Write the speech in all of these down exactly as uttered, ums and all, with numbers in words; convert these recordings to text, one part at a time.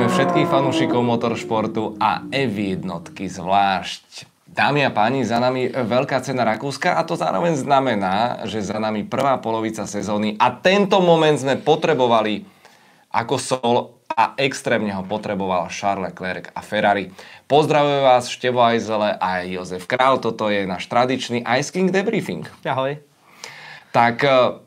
Zdravíme všetkých fanúšikov motoršportu a ef jednotky zvlášť. Dámy a páni, za nami veľká cena Rakúska a to zároveň znamená, že za nami prvá polovica sezóny a tento moment sme potrebovali ako sol a extrémne ho potreboval Charles Leclerc a Ferrari. Pozdravujem vás Števo Ajzele a Jozef Král, toto je náš tradičný Ice King debriefing. Ahoj. Tak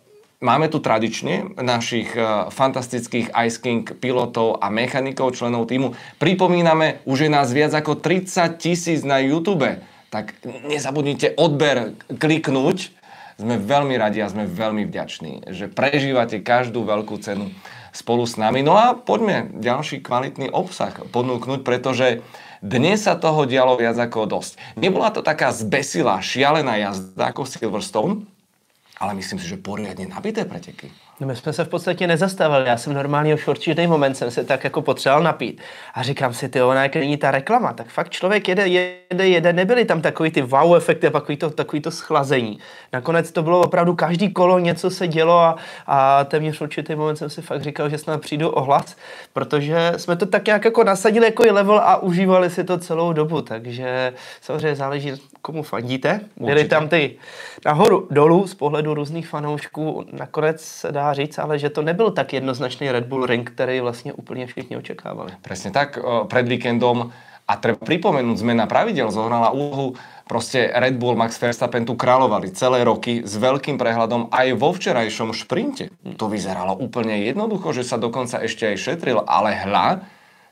máme tu tradične našich fantastických Ice King pilotov a mechanikov, členov týmu. Pripomíname, už je nás viac ako tridsať tisíc na YouTube. Tak nezabudnite odber kliknúť. Sme veľmi radi a sme veľmi vďační, že prežívate každú veľkú cenu spolu s nami. No a poďme ďalší kvalitný obsah ponúknuť, pretože dnes sa toho dialo viac ako dosť. Nebola to taká zbesilá, šialená jazda ako Silverstone, ale myslím si, že poriadně nabité preteky. No my jsme se v podstatě nezastavili. Já jsem normálně v určitý moment jsem se tak jako potřeboval napít. A říkám si, ty ona jak není ta reklama, tak fakt člověk jede, jede, jede. Nebyly tam takový ty wow efekty a takový to, takový to schlazení. Nakonec to bylo opravdu každý kolo, něco se dělo a, a téměř v určitý moment jsem si fakt říkal, že snad přijdu o hlas, protože jsme to tak nějak jako nasadili jako level a užívali si to celou dobu. Takže samozřejmě záleží, komu fandíte. Byly tam ty nahoru dolů z pohledu různých fanoušků. Nakonec se dá říct, ale že to nebyl tak jednoznačný Red Bull Ring, který vlastně úplně všichni očekávali. Presne tak, pred víkendom a treba pripomenúť, zmena pravidel zohrala úlohu. Proste Red Bull, Max Verstappen tu kráľovali celé roky s veľkým prehľadom aj vo včerajšom šprinte. To vyzeralo úplne jednoducho, že sa dokonca ešte aj šetril, ale hľa,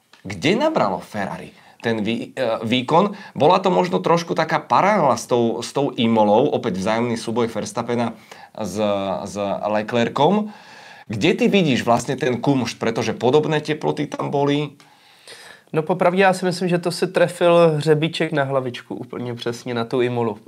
kde nabralo Ferrari ten vý, e, výkon? Bola to možno trošku taká paralela s tou, s tou Imolou, opäť vzájomný súboj Verstappena s, s Leclercom. Kde ty vidíš vlastně ten kumšt, protože podobné teploty tam boli? No popravdě já si myslím, že to si trefil hřebíček na hlavičku úplně přesně na tu Imolu.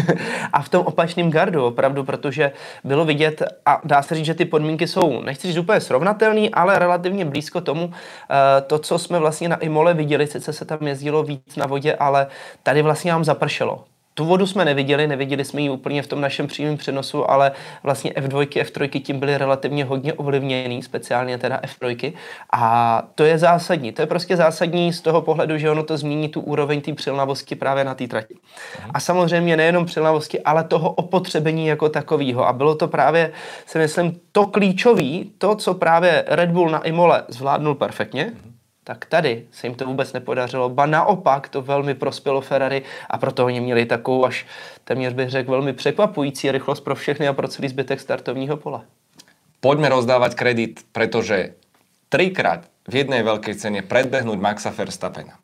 A v tom opačném gardu opravdu, protože bylo vidět a dá se říct, že ty podmínky jsou, nechci říct úplně srovnatelný, ale relativně blízko tomu, to, co jsme vlastně na Imole viděli, sice se tam jezdilo víc na vodě, ale tady vlastně nám zapršelo. Tu vodu jsme neviděli, neviděli jsme ji úplně v tom našem přímém přenosu, ale vlastně F dva, F tři tím byly relativně hodně ovlivněný, speciálně teda F tři. A to je zásadní, to je prostě zásadní z toho pohledu, že ono to změní tu úroveň té přilnavosti právě na té trati. A samozřejmě nejenom přilnavosti, ale toho opotřebení jako takového. A bylo to právě, si myslím, to klíčové, to, co právě Red Bull na Imole zvládnul perfektně, tak tady se jim to vůbec nepodařilo. Ba naopak to velmi prospělo Ferrari a proto oni měli takovou až téměř bych řekl velmi překvapující rychlost pro všechny a pro celý zbytek startovního pole. Poďme rozdávať kredit, pretože trikrát v jednej veľkej cene predbehnúť Maxa Verstappena.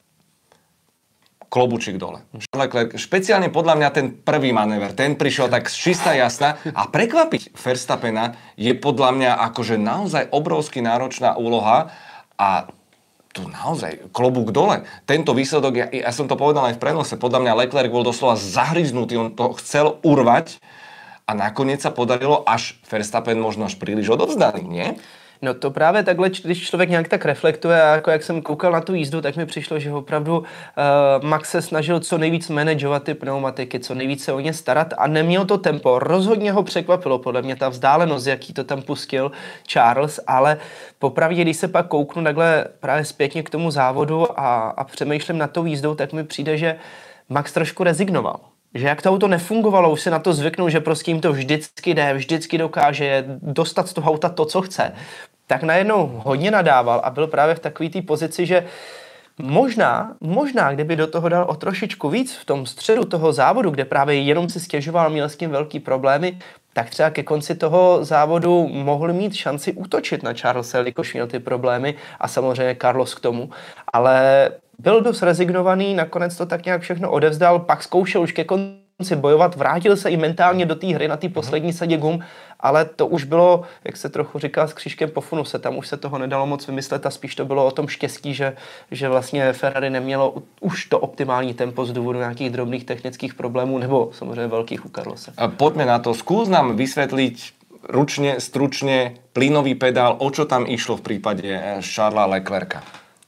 Klobučík dole. Špeciálne podľa mňa ten prvý manéver, ten prišiel tak čistá jasná a prekvapiť Verstappena je podľa mňa akože naozaj obrovsky náročná úloha a tu naozaj klobúk dole. Tento výsledok, ja, ja som to povedal aj v prenose, podľa mňa Leclerc bol doslova zahryznutý, on to chcel urvať a nakoniec sa podarilo, až Verstappen možno až príliš odovzdaný, nie? No to právě takhle, když člověk nějak tak reflektuje a jako jak jsem koukal na tu jízdu, tak mi přišlo, že opravdu uh, Max se snažil co nejvíc manažovat ty pneumatiky, co nejvíc se o ně starat a neměl to tempo. Rozhodně ho překvapilo podle mě ta vzdálenost, jaký to tam pustil Charles, ale popravdě, když se pak kouknu takhle právě zpětně k tomu závodu a, a přemýšlím nad tou jízdou, tak mi přijde, že Max trošku rezignoval. Že jak to auto nefungovalo, už se na to zvyknou, že prostě jim to vždycky jde, vždycky dokáže dostat z toho auta to, co chce, tak najednou hodně nadával a byl právě v takové té pozici, že možná, možná, kdyby do toho dal o trošičku víc v tom středu toho závodu, kde právě jenom si stěžoval, měl s tím velký problémy, tak třeba ke konci toho závodu mohl mít šanci útočit na Charlese, jelikož měl ty problémy a samozřejmě Carlos k tomu, ale byl dost rezignovaný, nakonec to tak nějak všechno odevzdal, pak zkoušel už ke konci bojovat, vrátil se i mentálně do té hry na té poslední sadě gum, ale to už bylo, jak se trochu říká, s křížkem po funuse, tam už se toho nedalo moc vymyslet a spíš to bylo o tom štěstí, že, že vlastně Ferrari nemělo už to optimální tempo z důvodu nějakých drobných technických problémů nebo samozřejmě velkých u Carlose. Poďme na to, skús nám vysvetliť ručne, stručne, plynový pedál, o čo tam išlo v prípade Charlesa Leclerca?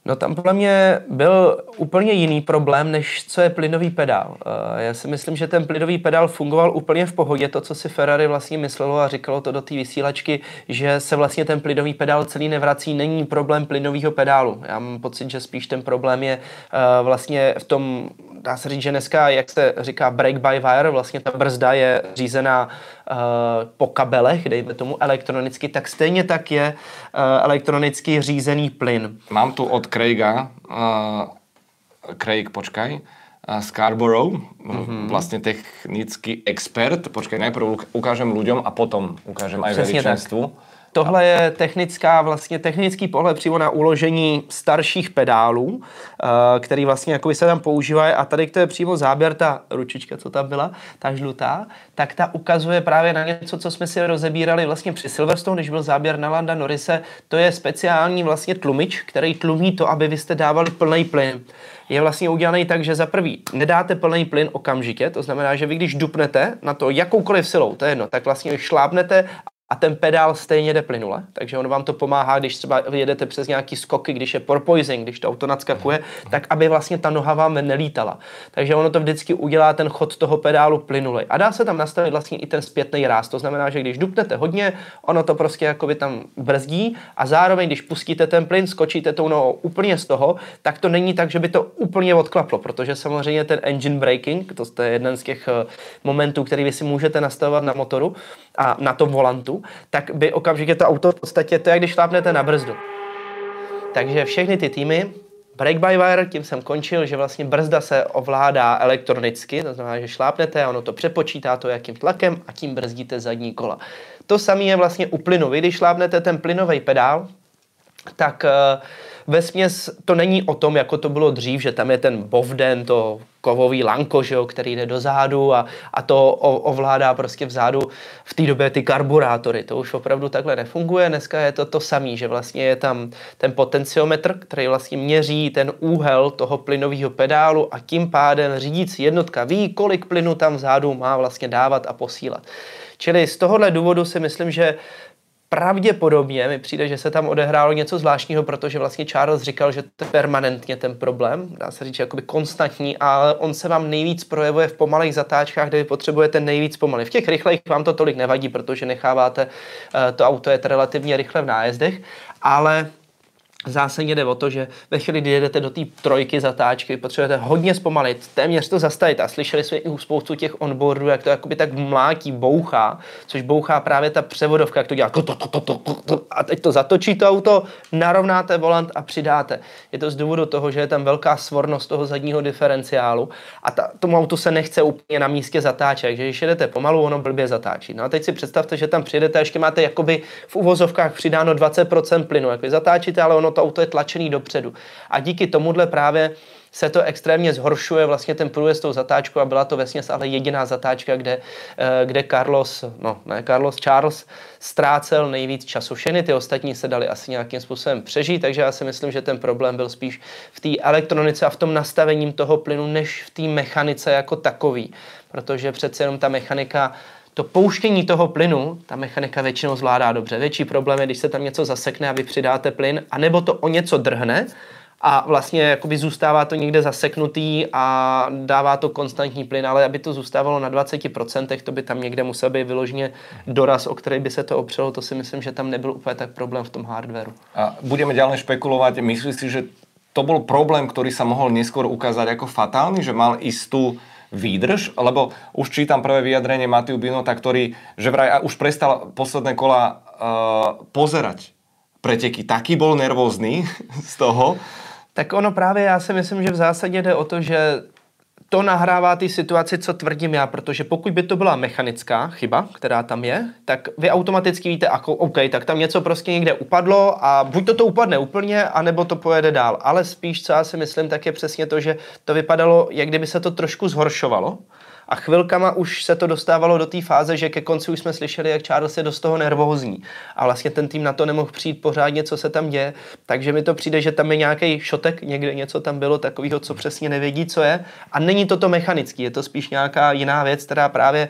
No tam podle mě byl úplně jiný problém, než co je plynový pedál. Já si myslím, že ten plynový pedál fungoval úplně v pohodě, to, co si Ferrari vlastně myslelo a říkalo to do té vysílačky, že se vlastně ten plynový pedál celý nevrací, není problém plynového pedálu. Já mám pocit, že spíš ten problém je vlastně v tom, dá se říct, že dneska, jak se říká brake by wire, vlastně ta brzda je řízená uh, po kabelech, dejme tomu elektronicky, tak stejně tak je uh, elektronicky řízený plyn. Mám tu od Craiga, uh, Craig, počkaj, uh, Scarborough, mm-hmm. vlastne technický expert. Počkaj, najprv ukážem ľuďom a potom ukážem aj veličenstvu. Tohle je technická, vlastně technický pohled přímo na uložení starších pedálů, který vlastně jako se tam používají, a tady to je přímo záběr, ta ručička, co tam byla, ta žlutá, tak ta ukazuje právě na něco, co jsme si rozebírali vlastně při Silverstone, když byl záběr na Landa Norrise. To je speciální vlastně tlumič, který tlumí to, aby vy jste dávali plný plyn. Je vlastně udělaný tak, že za prvý nedáte plný plyn okamžitě, to znamená, že vy když dupnete na to jakoukoliv silou, to je jedno, tak vlastně šlápnete a ten pedál stejně jde plynule, takže on vám to pomáhá, když třeba jedete přes nějaký skoky, když je porpoising, když to auto nadskakuje, tak aby vlastně ta noha vám nelítala. Takže ono to vždycky udělá ten chod toho pedálu plynulej. A dá se tam nastavit vlastně i ten zpětný ráz. To znamená, že když dupnete hodně, ono to prostě jakoby tam brzdí a zároveň, když pustíte ten plyn, skočíte tou nohou úplně z toho, tak to není tak, že by to úplně odklaplo, protože samozřejmě ten engine braking, to je jeden z těch momentů, který vy si můžete nastavovat na motoru a na tom volantu, tak by okamžitě to auto v podstatě, to je, když šlápnete na brzdu. Takže všechny ty týmy, brake by wire, tím jsem končil, že vlastně brzda se ovládá elektronicky, to znamená, že šlápnete a ono to přepočítá to, jakým tlakem, a tím brzdíte zadní kola. To samé je vlastně u plynu. Vy, když šlápnete ten plynový pedál, tak uh, vesměs to není o tom, jako to bylo dřív, že tam je ten bovden, to kovový lanko, že jo, který jde dozadu a, a to ovládá prostě vzadu v té době ty karburátory. To už opravdu takhle nefunguje. Dneska je to to samé, že vlastně je tam ten potenciometr, který vlastně měří ten úhel toho plynového pedálu a tím pádem řídící jednotka ví, kolik plynu tam vzadu má vlastně dávat a posílat. Čili z tohohle důvodu si myslím, že pravděpodobně mi přijde, že se tam odehrálo něco zvláštního, protože vlastně Charles říkal, že to je permanentně ten problém, dá se říct, jakoby konstantní, ale on se vám nejvíc projevuje v pomalých zatáčkách, kde vy potřebujete nejvíc pomaly. V těch rychlejch vám to tolik nevadí, protože necháváte to auto jet relativně rychle v nájezdech, ale zásadně jde o to, že ve chvíli, kdy jedete do té trojky zatáčky, potřebujete hodně zpomalit, téměř to zastavit. A slyšeli jsme i u spoustu těch onboardů, jak to jakoby tak mlátí, bouchá, což bouchá právě ta převodovka, jak to dělá. A teď to zatočí to auto, narovnáte volant a přidáte. Je to z důvodu toho, že je tam velká svornost toho zadního diferenciálu a ta, tomu autu se nechce úplně na místě zatáčet, takže když jedete pomalu, ono blbě zatáčí. No a teď si představte, že tam přijedete a ještě máte jakoby v uvozovkách přidáno dvacet procent plynu, jak vy zatáčíte, ale ono to auto je tlačený dopředu. A díky tomuhle právě se to extrémně zhoršuje vlastně ten průjezd tou zatáčkou a byla to vesměs ale jediná zatáčka, kde, kde Carlos, no ne Carlos, Charles ztrácel nejvíc času. Všechny ty ostatní se dali asi nějakým způsobem přežít, takže já si myslím, že ten problém byl spíš v té elektronice a v tom nastavením toho plynu, než v té mechanice jako takový. Protože přece jenom ta mechanika, to pouštění toho plynu, ta mechanika většinou zvládá dobře. Větší problém je, když se tam něco zasekne a vy přidáte plyn, anebo to o něco drhne a vlastně jakoby zůstává to někde zaseknutý a dává to konstantní plyn, ale aby to zůstávalo na dvacet procent, to by tam někde musel být vyloženě doraz, o který by se to opřelo. To si myslím, že tam nebyl úplně tak problém v tom hardwareu. A budeme ďalej špekulovať. Myslíš si, že to bol problém, ktorý sa mohol neskôr ukázať ako fatálny, že mal istú výdrž, lebo už čítam prvé vyjadrenie Mathieu Binota, ktorý, že vraj už prestal posledné kola uh, pozerať preteky. Taký bol nervózny z toho. Tak ono právě, já si myslím, že v zásadě jde o to, že to nahrává ty situaci, co tvrdím já, protože pokud by to byla mechanická chyba, která tam je, tak vy automaticky víte, ako, OK, tak tam něco prostě někde upadlo a buď to to upadne úplně, anebo to pojede dál. Ale spíš, co já si myslím, tak je přesně to, že to vypadalo, jak kdyby se to trošku zhoršovalo. A chvilkama už se to dostávalo do té fáze, že ke konci už jsme slyšeli, jak Charles je dost toho nervózní. A vlastně ten tým na to nemohl přijít pořádně, co se tam děje. Takže mi to přijde, že tam je nějaký šotek, někde něco tam bylo takového, co přesně nevědí, co je. A není to to mechanický, je to spíš nějaká jiná věc, která právě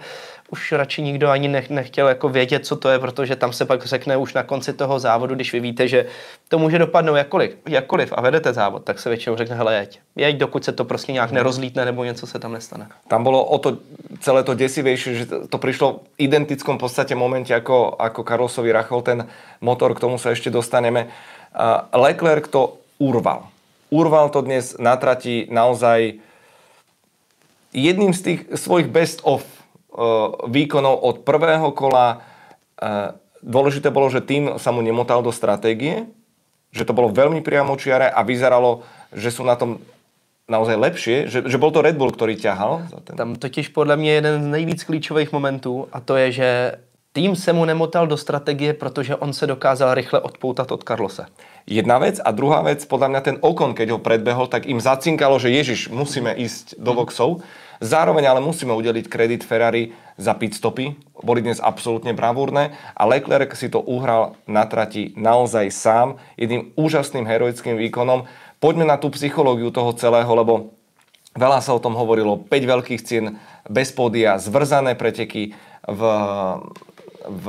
už radši nikdo ani nech, nechtěl jako vědět, co to je, protože tam se pak řekne už na konci toho závodu, když vy víte, že to může dopadnout jakkoliv, jakkoliv a vedete závod, tak se většinou řekne, hele, jeď. Jeď, dokud se to prostě nějak nerozlítne nebo něco se tam nestane. Tam bolo o to celé to desivejšie, že to prišlo v identickom podstate momente ako, ako Carlosovi rachol ten motor, k tomu sa ešte dostaneme. Leclerc to urval. Urval to dnes na trati naozaj jedným z tých svojich best of výkonov od prvého kola. Dôležité bolo, že tým sa mu nemotal do stratégie, že to bolo veľmi priamočiare a vyzeralo, že sú na tom naozaj lepšie, že, že bol to Red Bull, ktorý ťahal. Za ten... Tam totiž podle mě jeden z nejvíc klíčových momentů a to je, že tým se mu nemotal do strategie, protože on se dokázal rychle odpoutat od Carlose. Jedna vec a druhá vec, podľa mňa ten Ocon, keď ho predbehol, tak im zacinkalo, že Ježiš, musíme ísť do boxov. Zároveň ale musíme udeliť kredit Ferrari za pit stopy. Boli dnes absolútne bravúrne a Leclerc si to uhral na trati naozaj sám, jedným úžasným heroickým výkonom. Poďme na tú psychológiu toho celého, lebo veľa sa o tom hovorilo. päť veľkých cien bez pódia, zvrzané preteky v, v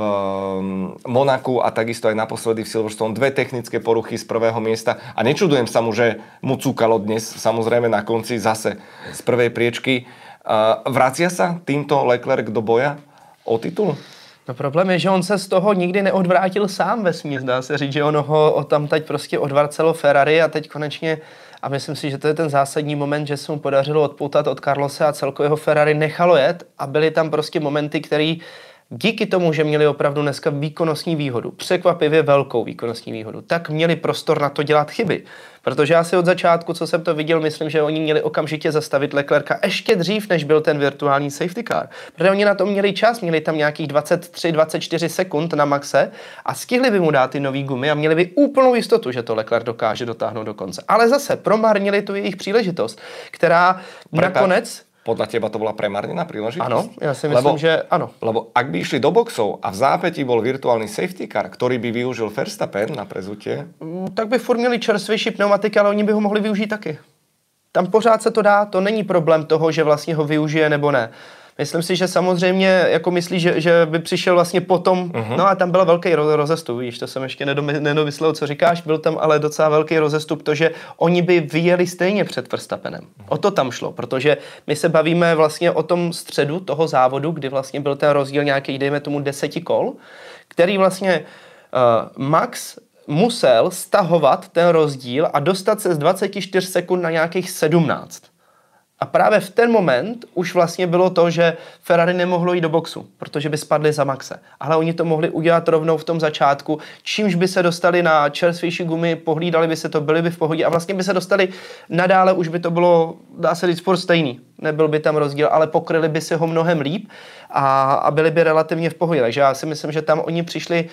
Monaku a takisto aj naposledy v Silverstone. Dve technické poruchy z prvého miesta a nečudujem sa mu, že mu cúkalo dnes, samozrejme na konci zase z prvej priečky. Vracia sa týmto Leclerc do boja o titul? No problém je, že on se z toho nikdy neodvrátil sám vesměs, dá se říct, že ono ho tam teď prostě odvracelo Ferrari a teď konečně, a myslím si, že to je ten zásadní moment, že se mu podařilo odpoutat od Carlose a celkově ho Ferrari nechalo jet a byly tam prostě momenty, které díky tomu, že měli opravdu dneska výkonnostní výhodu, překvapivě velkou výkonnostní výhodu, tak měli prostor na to dělat chyby. Protože já si od začátku, co jsem to viděl, myslím, že oni měli okamžitě zastavit Leclerca ještě dřív, než byl ten virtuální safety car. Protože oni na to měli čas, měli tam nějakých dvacet tři dvacet čtyři sekund na maxe a stihli by mu dát ty nový gumy a měli by úplnou jistotu, že to Leclerc dokáže dotáhnout do konce. Ale zase promarnili tu jejich příležitost, která Prepač. nakonec... Podľa teba to bola premárnená príležitosť? Áno, ja si myslím, lebo, že áno. Lebo ak by išli do boxov a v zápätí bol virtuálny safety car, ktorý by využil Verstappen na prezutie... Tak by furt měli čerstvější pneumatiky, ale oni by ho mohli využít taky. Tam pořád se to dá, to není problém toho, že vlastně ho využije nebo ne. Myslím si, že samozřejmě jako myslí, že, že by přišel vlastně potom, uh-huh. no a tam byl velký rozestup, víš, to jsem ještě nedomyslel, co říkáš, byl tam ale docela velký rozestup, to, že oni by vyjeli stejně před Verstappenem. O to tam šlo, protože my se bavíme vlastně o tom středu toho závodu, kdy vlastně byl ten rozdíl nějaký, dejme tomu deseti kol, který vlastně uh, Max musel stahovat ten rozdíl a dostat se z dvacet čtyři sekund na nějakých sedmnáct. A právě v ten moment už vlastně bylo to, že Ferrari nemohlo jít do boxu, protože by spadli za Maxe. Ale oni to mohli udělat rovnou v tom začátku, čímž by se dostali na čerstvější gumy, pohlídali by se to, byli by v pohodě a vlastně by se dostali nadále, už by to bylo, dá se říct, sport stejný. Nebyl by tam rozdíl, ale pokryli by si ho mnohem líp a, a byli by relativně v pohodě. Takže já si myslím, že tam oni přišli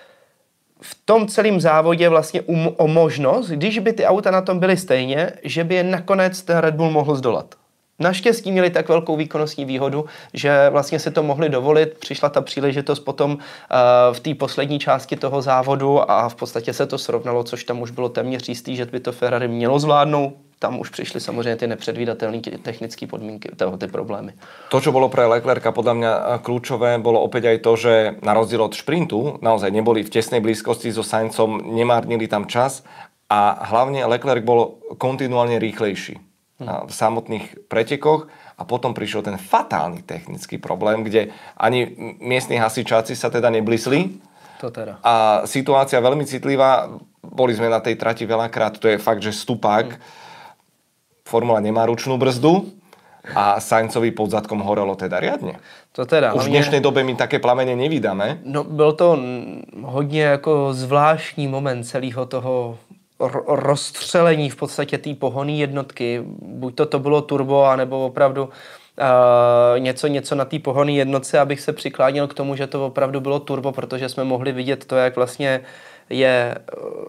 v tom celém závodě vlastně um, o možnost, když by ty auta na tom byly stejně, že by je nakonec ten Red Bull mohl zdolat. Naštěstí měli tak velkou výkonnostní výhodu, že vlastně si to mohli dovolit. Přišla ta příležitost potom uh, v té poslední části toho závodu a v podstatě se to srovnalo, což tam už bylo téměř jistý, že by to Ferrari mělo zvládnout. Tam už přišly samozřejmě ty nepředvídatelné technické podmínky, toho, ty problémy. To, čo bolo pre Leclerca podľa mňa kľúčové, bolo opäť aj to, že na rozdiel od šprintu naozaj neboli v tesnej blízkosti so Sainzom, nemárnili tam čas a hlavne Leclerc bol kontinuálne rýchlejší v samotných pretekoch a potom prišiel ten fatálny technický problém, kde ani miestni hasičáci sa teda neblisli. To teda. A situácia veľmi citlivá. Boli sme na tej trati veľakrát, to je fakt, že stupák. Hmm. Formula nemá ručnú brzdu a Sainzovi pod zadkom horelo teda riadne. To teda. Už v dnešnej dobe my také plamene nevydáme. No byl to hodně jako zvláštní moment celého toho rozstřelení v podstatě té pohonné jednotky. Buď to to bylo turbo, anebo opravdu uh, něco, něco na té pohonné jednotce, abych se přiklánil k tomu, že to opravdu bylo turbo, protože jsme mohli vidět to, jak vlastně je uh,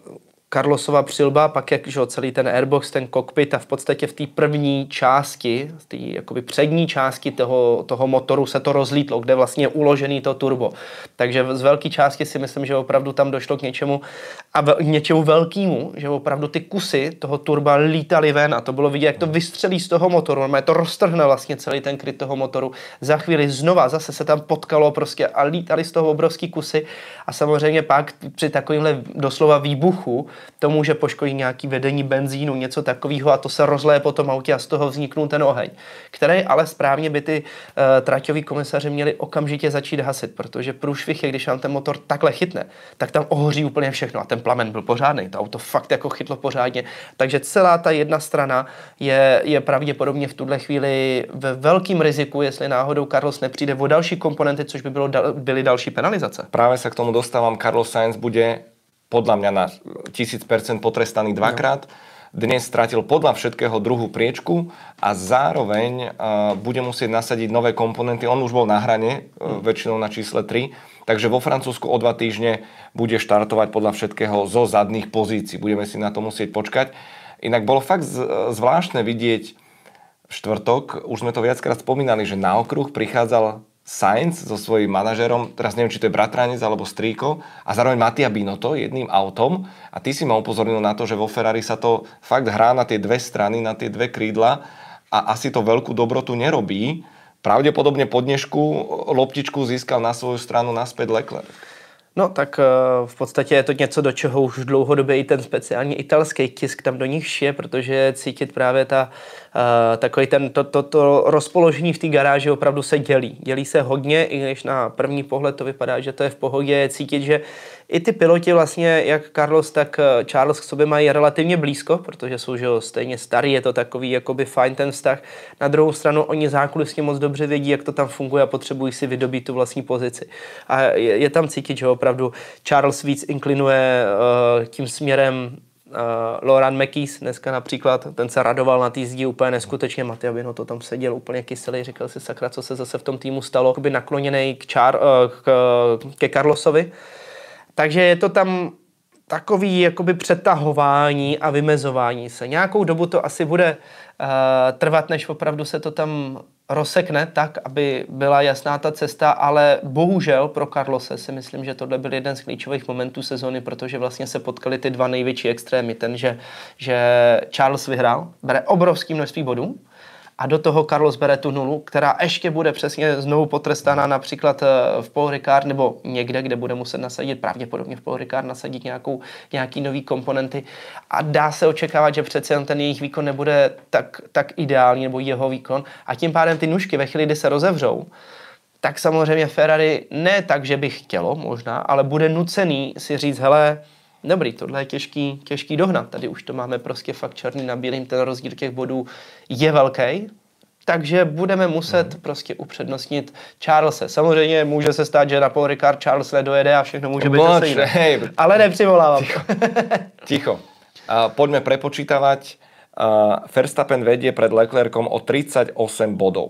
Carlosova přilba, pak jak že, celý ten airbox, ten kokpit a v podstatě v té první části, v té jakoby přední části toho, toho motoru se to rozlítlo, kde vlastně je uložený to turbo. Takže z velké části si myslím, že opravdu tam došlo k něčemu a v, něčemu velkému, že opravdu ty kusy toho turba lítaly ven a to bylo vidět, jak to vystřelí z toho motoru, normálně to roztrhne vlastně celý ten kryt toho motoru. Za chvíli znova zase se tam potkalo prostě a lítaly z toho obrovský kusy a samozřejmě pak při takovémhle doslova výbuchu to může poškodit nějaký vedení benzínu, něco takového a to se rozleje po tom autě a z toho vzniknul ten oheň, který ale správně by ty uh, traťoví komisaři měli okamžitě začít hasit, protože průšvih je, když nám ten motor takhle chytne, tak tam ohoří úplně všechno a ten plamen byl pořádný, to auto fakt jako chytlo pořádně, takže celá ta jedna strana je, je pravděpodobně v tuhle chvíli ve velkým riziku, jestli náhodou Carlos nepřijde o další komponenty, což by bylo, byly další penalizace. Právě se k tomu dostávam, Carlos Sainz bude podľa mňa na tisíc percent potrestaný dvakrát. Dnes stratil podľa všetkého druhú priečku a zároveň uh, bude musieť nasadiť nové komponenty. On už bol na hrane, uh, väčšinou na čísle tri, takže vo Francúzsku o dva týždne bude štartovať podľa všetkého zo zadných pozícií. Budeme si na to musieť počkať. Inak bolo fakt z- zvláštne vidieť v štvrtok, už sme to viackrát spomínali, že na okruh prichádzal Sainz so svojím manažerom, teraz neviem, či to je bratranec alebo strýko, a zároveň Mattia Binotto jedným autom. A ty si ma upozornil na to, že vo Ferrari sa to fakt hrá na tie dve strany, na tie dve krídla a asi to veľkú dobrotu nerobí. Pravdepodobne po dnešku loptičku získal na svoju stranu naspäť Leclerc. No tak v podstatě je to něco, do čeho už dlouhodobě i ten speciální italský tisk tam do nich šije, protože cítit právě ta, uh, takový ten, to, to, to rozpoložení v té garáži opravdu se dělí. Dělí se hodně, i když na první pohled to vypadá, že to je v pohodě, cítit, že i ty piloti vlastně, jak Carlos, tak Charles k sobě mají relativně blízko, protože jsou že stejně starý, je to takový jakoby fajn ten vztah. Na druhou stranu oni zákulisně moc dobře vědí, jak to tam funguje a potřebují si vydobít tu vlastní pozici. A je, je tam cítit, že opravdu Charles víc inklinuje uh, tím směrem uh, Laurent Mekies dneska například, ten se radoval na té zdi úplně neskutečně, Mattia Binotto tam seděl úplně kyselý, říkal si sakra, co se zase v tom týmu stalo, jakoby nakloněný k, Char, uh, k, ke Carlosovi. Takže je to tam takový jakoby přetahování a vymezování se. Nějakou dobu to asi bude uh, trvat, než opravdu se to tam rozsekne tak, aby byla jasná ta cesta, ale bohužel pro Carlose si myslím, že tohle byl jeden z klíčových momentů sezony, protože vlastně se potkali ty dva největší extrémy. Ten, že, že Charles vyhrál, bere obrovský množství bodů, a do toho Carlos bere tu nulu, která ještě bude přesně znovu potrestána například v Paul Ricard nebo někde, kde bude muset nasadit, pravděpodobně v Paul Ricard nasadit nějakou, nějaký nový komponenty a dá se očekávat, že přece jen ten jejich výkon nebude tak, tak ideální, nebo jeho výkon a tím pádem ty nůžky ve chvíli, kdy se rozevřou, tak samozřejmě Ferrari ne tak, že by chtělo možná, ale bude nucený si říct, hele, dobrý, tohle je těžký, těžký dohnat. Tady už to máme prostě fakt černý na bílým, ten rozdíl těch bodů je velký, takže budeme muset hmm. prostě upřednostnit Charlese. Samozřejmě může se stát, že na Paul Ricard Charles nedojede a všechno může být zase jiné. Ale nepřivolávám. Ticho. Ticho. Uh, poďme prepočítavať. Uh, Verstappen vedie pred Leclercom o tridsaťosem bodov.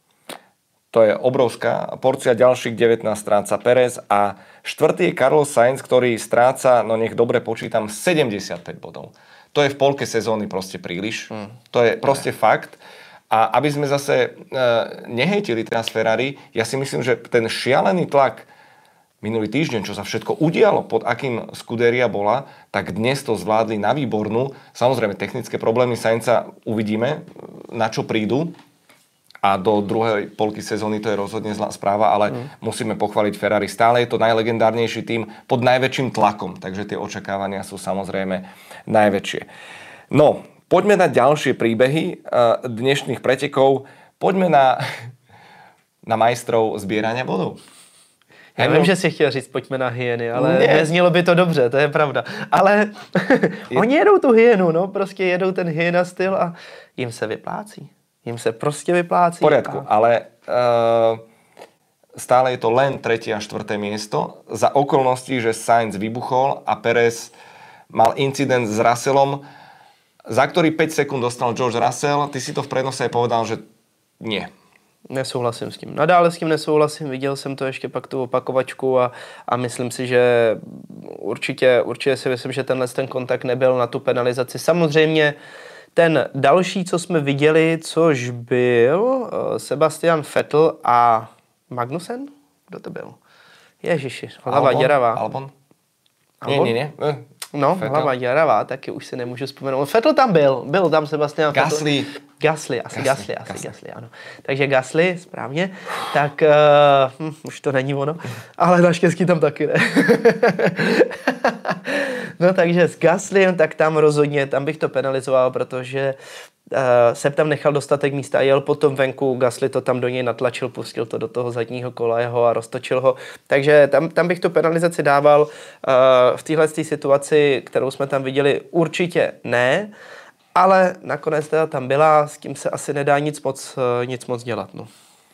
To je obrovská porcia, ďalších devätnásť stráca Perez a štvrtý je Carlos Sainz, ktorý stráca, no nech dobre počítam, sedemdesiatpäť bodov. To je v polke sezóny proste príliš. Mm. To je proste ne. fakt. A aby sme zase e, nehejtili teraz Ferrari, ja si myslím, že ten šialený tlak minulý týždeň, čo sa všetko udialo, pod akým Scuderia bola, tak dnes to zvládli na výbornú. Samozrejme, technické problémy Sainza uvidíme, na čo prídu. A do druhej polky sezóny to je rozhodne zlá správa, ale mm. musíme pochváliť Ferrari. Stále je to najlegendárnejší tým pod najväčším tlakom, takže tie očakávania sú samozrejme najväčšie. No, poďme na ďalšie príbehy dnešných pretekov. Poďme na, na majstrov zbierania bodov. Já vím, že si chtěl říct, pojďme na hyeny, ale ne. Neznělo by to dobře, to je pravda. Ale oni jedou tu hyenu, no, prostě jedou ten hyena styl a jim se vyplácí. Jim se prostě vyplácí. V poriadku, a... ale uh, stále je to len tretie a štvrté miesto. Za okolností, že Sainz vybuchol a Perez mal incident s Russellom, za ktorý päť sekúnd dostal George Russell. Ty si to v prenose aj povedal, že nie. Nesouhlasím s tím. Nadále s tím nesouhlasím, viděl jsem to ještě pak tu opakovačku a, a myslím si, že určitě, určitě si myslím, že tenhle ten kontakt nebyl na tu penalizaci. Samozřejmě ten další, co jsme viděli, což byl Sebastian Vettel a Magnussen? Kdo to byl? Ježiši, hlava děravá. Albon? Albon? Ne, ne, ne. No, Vettel. hlava děravá, taky už si nemůžu vzpomenout. Vettel tam byl, byl tam Sebastian Vettel. Gasly. Gasly, asi Gasly, Gasly, asi Gasly. Gasly, ano. Takže Gasly, správně. Tak, uh, hm, už to není ono, ale naštěstí tam taky ne. No takže s Gaslym, tak tam rozhodně, tam bych to penalizoval, protože uh, Seb tam nechal dostatek místa a jel potom venku, Gasly to tam do něj natlačil, pustil to do toho zadního kola jeho a roztočil ho. Takže tam, tam bych tu penalizaci dával. Uh, v téhle situaci, kterou jsme tam viděli, určitě ne, ale nakonec teda tam byla, s tím se asi nedá nic moc, uh, nic moc dělat. No.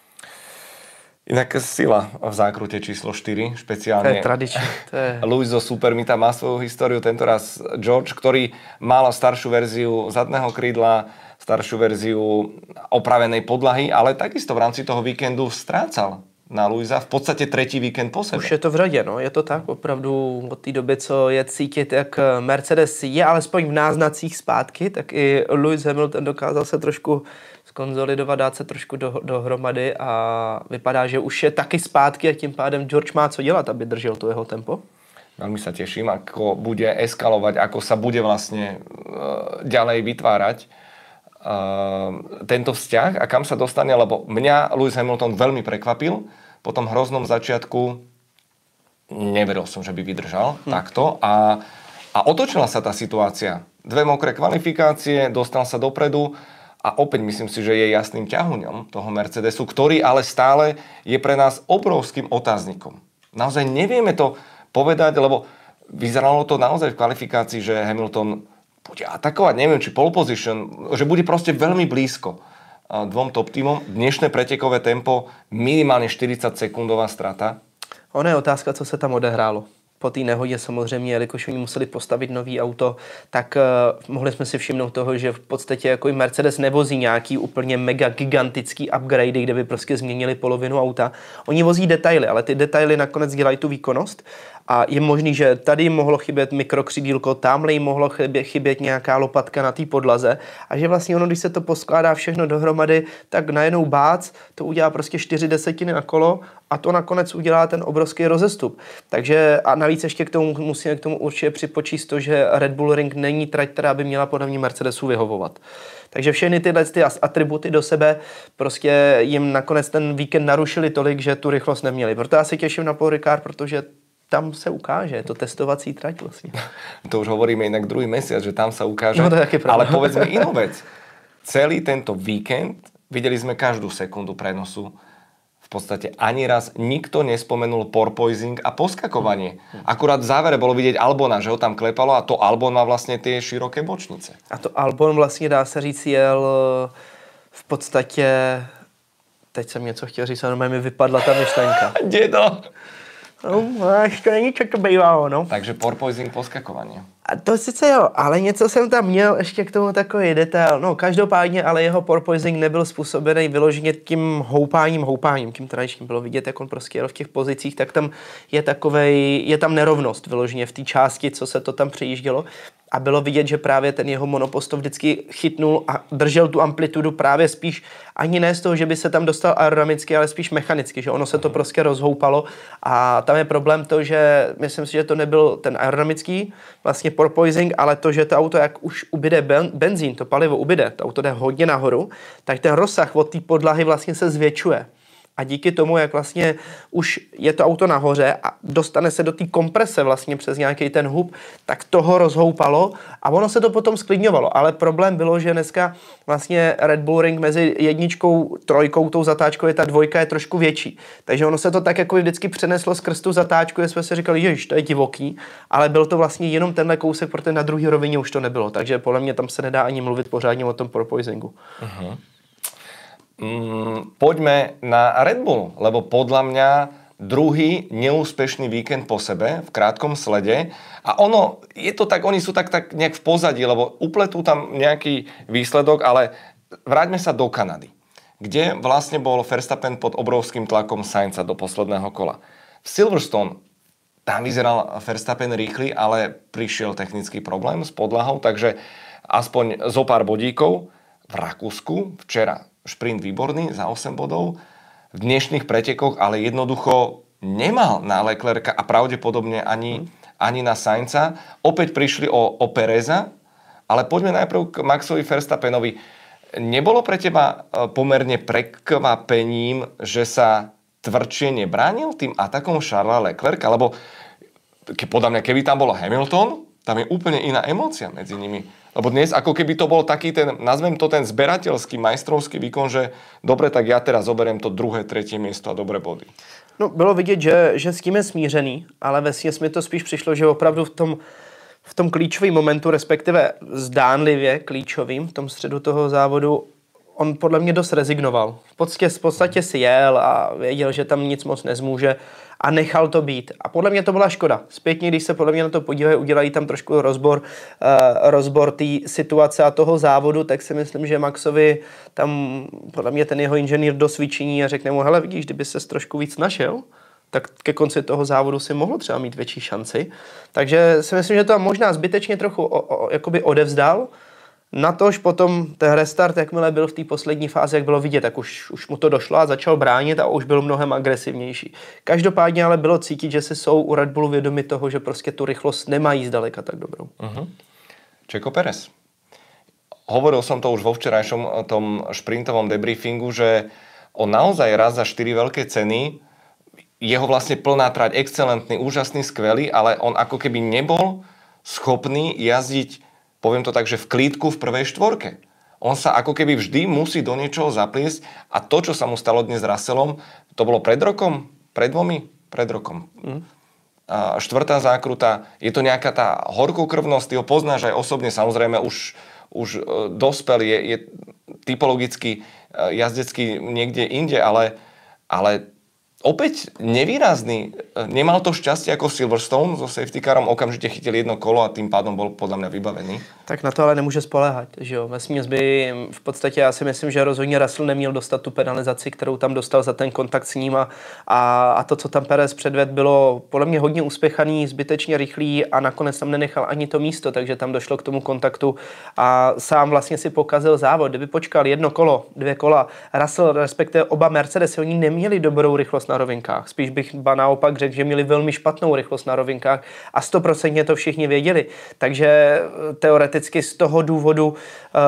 Inak sila v zákrute číslo štyri, špeciálne. To je tradičné. To je... Lewis zo Supermita má svoju históriu, tentoraz George, ktorý mal staršiu verziu zadného krídla, staršiu verziu opravenej podlahy, ale takisto v rámci toho víkendu strácal na Lewisa v podstate tretí víkend po sebe. Už je to v řadě, no, je to tak, opravdu od té doby, co je cítit, jak Mercedes je alespoň v náznacích zpátky, tak i Lewis Hamilton dokázal se trošku skonzolidovat, dát se trošku do, dohromady a vypadá, že už je taky zpátky a tím pádem George má co dělat, aby držel to jeho tempo. Veľmi sa teším, ako bude eskalovať, ako sa bude vlastne uh, ďalej vytvárať uh, tento vzťah a kam sa dostane, lebo mňa Lewis Hamilton veľmi prekvapil. Po tom hroznom začiatku neveril som, že by vydržal hm. takto a, a otočila sa tá situácia. Dve mokré kvalifikácie, dostal sa dopredu a opäť myslím si, že je jasným ťahuňom toho Mercedesu, ktorý ale stále je pre nás obrovským otáznikom. Naozaj nevieme to povedať, lebo vyzeralo to naozaj v kvalifikácii, že Hamilton bude atakovať, neviem, či pole position, že bude proste veľmi blízko dvom top týmom. Dnešné pretekové tempo, minimálně čtyřicet sekundová strata. Ono je otázka, co se tam odehrálo. Po té nehodě samozřejmě, jelikož oni museli postavit nový auto, tak uh, mohli jsme si všimnout toho, že v podstatě jako i Mercedes nevozí nějaký úplně mega gigantický upgrade, kde by prostě změnili polovinu auta. Oni vozí detaily, ale ty detaily nakonec dělají tu výkonnost. A je možný, že tady mohlo chybět mikrokřidílko, tamhle jim mohlo chybět, chybět nějaká lopatka na té podlaze a že vlastně ono, když se to poskládá všechno dohromady, tak najednou bác, to udělá prostě čtyři desetiny na kolo a to nakonec udělá ten obrovský rozestup. Takže a navíc ještě k tomu musíme k tomu určitě připočíst to, že Red Bull Ring není trať, která by měla podle mě Mercedesu vyhovovat. Takže všechny tyhle ty atributy do sebe prostě jim nakonec ten víkend narušili tolik, že tu rychlost neměli. Proto já se těším na Paul Ricard, protože tam se ukáže, je to testovací trať vlastně. To už hovoríme inak druhý mesiac, že tam sa ukáže. No to je ale povedzme inú vec. Celý tento víkend videli sme každú sekundu prenosu. V podstate ani raz nikto nespomenul porpoising a poskakovanie. Akurát v závere bolo vidieť Albona, že ho tam klepalo a to Albon má vlastne tie široké bočnice. A to Albon vlastně dá se říct jel v podstatě, teď jsem něco chtěl říct, ale mi vypadla ta myšlenka. Dědo! No, až to není, co to bývalo, no. Takže porpoising, poskakovanie. A to sice jo, ale něco jsem tam měl ještě k tomu takový detail. No, každopádně, ale jeho porpoising nebyl způsobený vyloženě tím houpáním, houpáním, tím tradičním bylo vidět, jak on prostě jel v těch pozicích, tak tam je takovej, je tam nerovnost vyloženě v té části, co se to tam přejíždělo. A bylo vidět, že právě ten jeho monoposto vždycky chytnul a držel tu amplitudu právě spíš ani ne z toho, že by se tam dostal aerodynamicky, ale spíš mechanicky, že ono se to prostě rozhoupalo. A tam je problém to, že myslím si, že to nebyl ten aerodynamický vlastně porpoising, ale to, že to auto, jak už ubyde ben, benzín, to palivo ubyde, to auto jde hodně nahoru, tak ten rozsah od té podlahy vlastně se zvětšuje. A díky tomu, jak vlastně už je to auto nahoře a dostane se do té komprese vlastně přes nějaký ten hub, tak toho rozhoupalo a ono se to potom sklidňovalo. Ale problém bylo, že dneska vlastně Red Bull Ring mezi jedničkou, trojkou, tou zatáčkou je ta dvojka je trošku větší. Takže ono se to tak jako vždycky přeneslo skrz tu zatáčku, že jsme si říkali, ježiš, to je divoký, ale byl to vlastně jenom tenhle kousek, protože na druhé rovině už to nebylo. Takže podle mě tam se nedá ani mluvit pořádně o tom porpoisingu. Uh-huh. Mm, poďme na Red Bull, lebo podľa mňa druhý neúspešný víkend po sebe v krátkom slede a ono, je to tak, oni sú tak, tak nejak v pozadí, lebo upletú tam nejaký výsledok, ale vráťme sa do Kanady, kde vlastne bol Verstappen pod obrovským tlakom Sainza do posledného kola. V Silverstone tam vyzeral Verstappen rýchly, ale prišiel technický problém s podlahou, takže aspoň zo pár bodíkov. V Rakúsku včera šprint výborný za osem bodov, v dnešných pretekoch ale jednoducho nemal na Leclerca a pravdepodobne ani, ani na Sainza. Opäť prišli o, o Pereza, ale poďme najprv k Maxovi Verstappenovi. Nebolo pre teba pomerne prekvapením, že sa tvrdšie nebránil tým atakom Charlesa Leclerca? Lebo ke, podľa mňa, keby tam bolo Hamilton, tam je úplne iná emócia medzi nimi. Lebo dnes ako keby to bol taký ten, nazvem to ten zberateľský, majstrovský výkon, že dobre, tak ja teraz zoberiem to druhé, tretie miesto a dobré body. No, bylo vidět, že, že s tím je smířený, ale vesměs mi to spíš přišlo, že opravdu v tom, v tom klíčovém momentu, respektive zdánlivě klíčovým, v tom středu toho závodu, on podle mě dost rezignoval. V podstatě, v podstatě si jel a věděl, že tam nic moc nezmůže a nechal to být. A podle mě to byla škoda. Zpětně, když se podle mě na to podívají, udělají tam trošku rozbor, uh, rozbor té situace a toho závodu, tak si myslím, že Maxovi tam podle mě ten jeho inženýr dosvičení a řekne mu, hele, vidíš, kdyby ses trošku víc našel, tak ke konci toho závodu si mohlo třeba mít větší šanci. Takže si myslím, že to možná zbytečně trochu o, o, jakoby odevzdal. Natož potom ten restart, jakmile byl v té poslední fázi, jak bylo vidět, tak už, už mu to došlo a začal bránit a už byl mnohem agresivnější. Každopádně ale bylo cítit, že si jsou u Red Bullu vědomi toho, že prostě tu rychlost nemají zdaleka tak dobrou. Uh-huh. Checo Perez. Hovoril som to už vo včerajšom tom šprintovom debriefingu, že on naozaj raz za štyri veľké ceny, jeho vlastne plná trať, excelentný, úžasný, skvelý, ale on ako keby nebol schopný jazdiť, poviem to tak, že v klídku v prvej štvorke. On sa ako keby vždy musí do niečoho zapliesť a to, čo sa mu stalo dnes s Russellom, to bolo pred rokom? Pred dvomi? Pred rokom. Mm. A štvrtá zákruta, je to nejaká tá horkokrvnosť, ty ho poznáš aj osobne, samozrejme už, už dospel, je, je typologicky jazdecký niekde inde, ale, ale opäť nevýrazný. Nemal to šťastie ako Silverstone so safety carom, okamžite chytil jedno kolo a tým pádom bol podľa mňa vybavený. Tak na to ale nemůže spoléhat, že jo. Vesměs by v podstatě, já si myslím, že rozhodně Russell neměl dostat tu penalizaci, kterou tam dostal za ten kontakt s ním a, a, a to, co tam Perez předved, bylo podle mě hodně uspěchaný, zbytečně rychlý a nakonec tam nenechal ani to místo, takže tam došlo k tomu kontaktu a sám vlastně si pokazil závod. Kdyby počkal jedno kolo, dvě kola, Russell, respektive oba Mercedesy, oni neměli dobrou rychlost na rovinkách. Spíš bych ba naopak řekl, že měli velmi špatnou rychlost na rovinkách a stoprocentně to všichni věděli. Takže teoreticky z toho důvodu uh,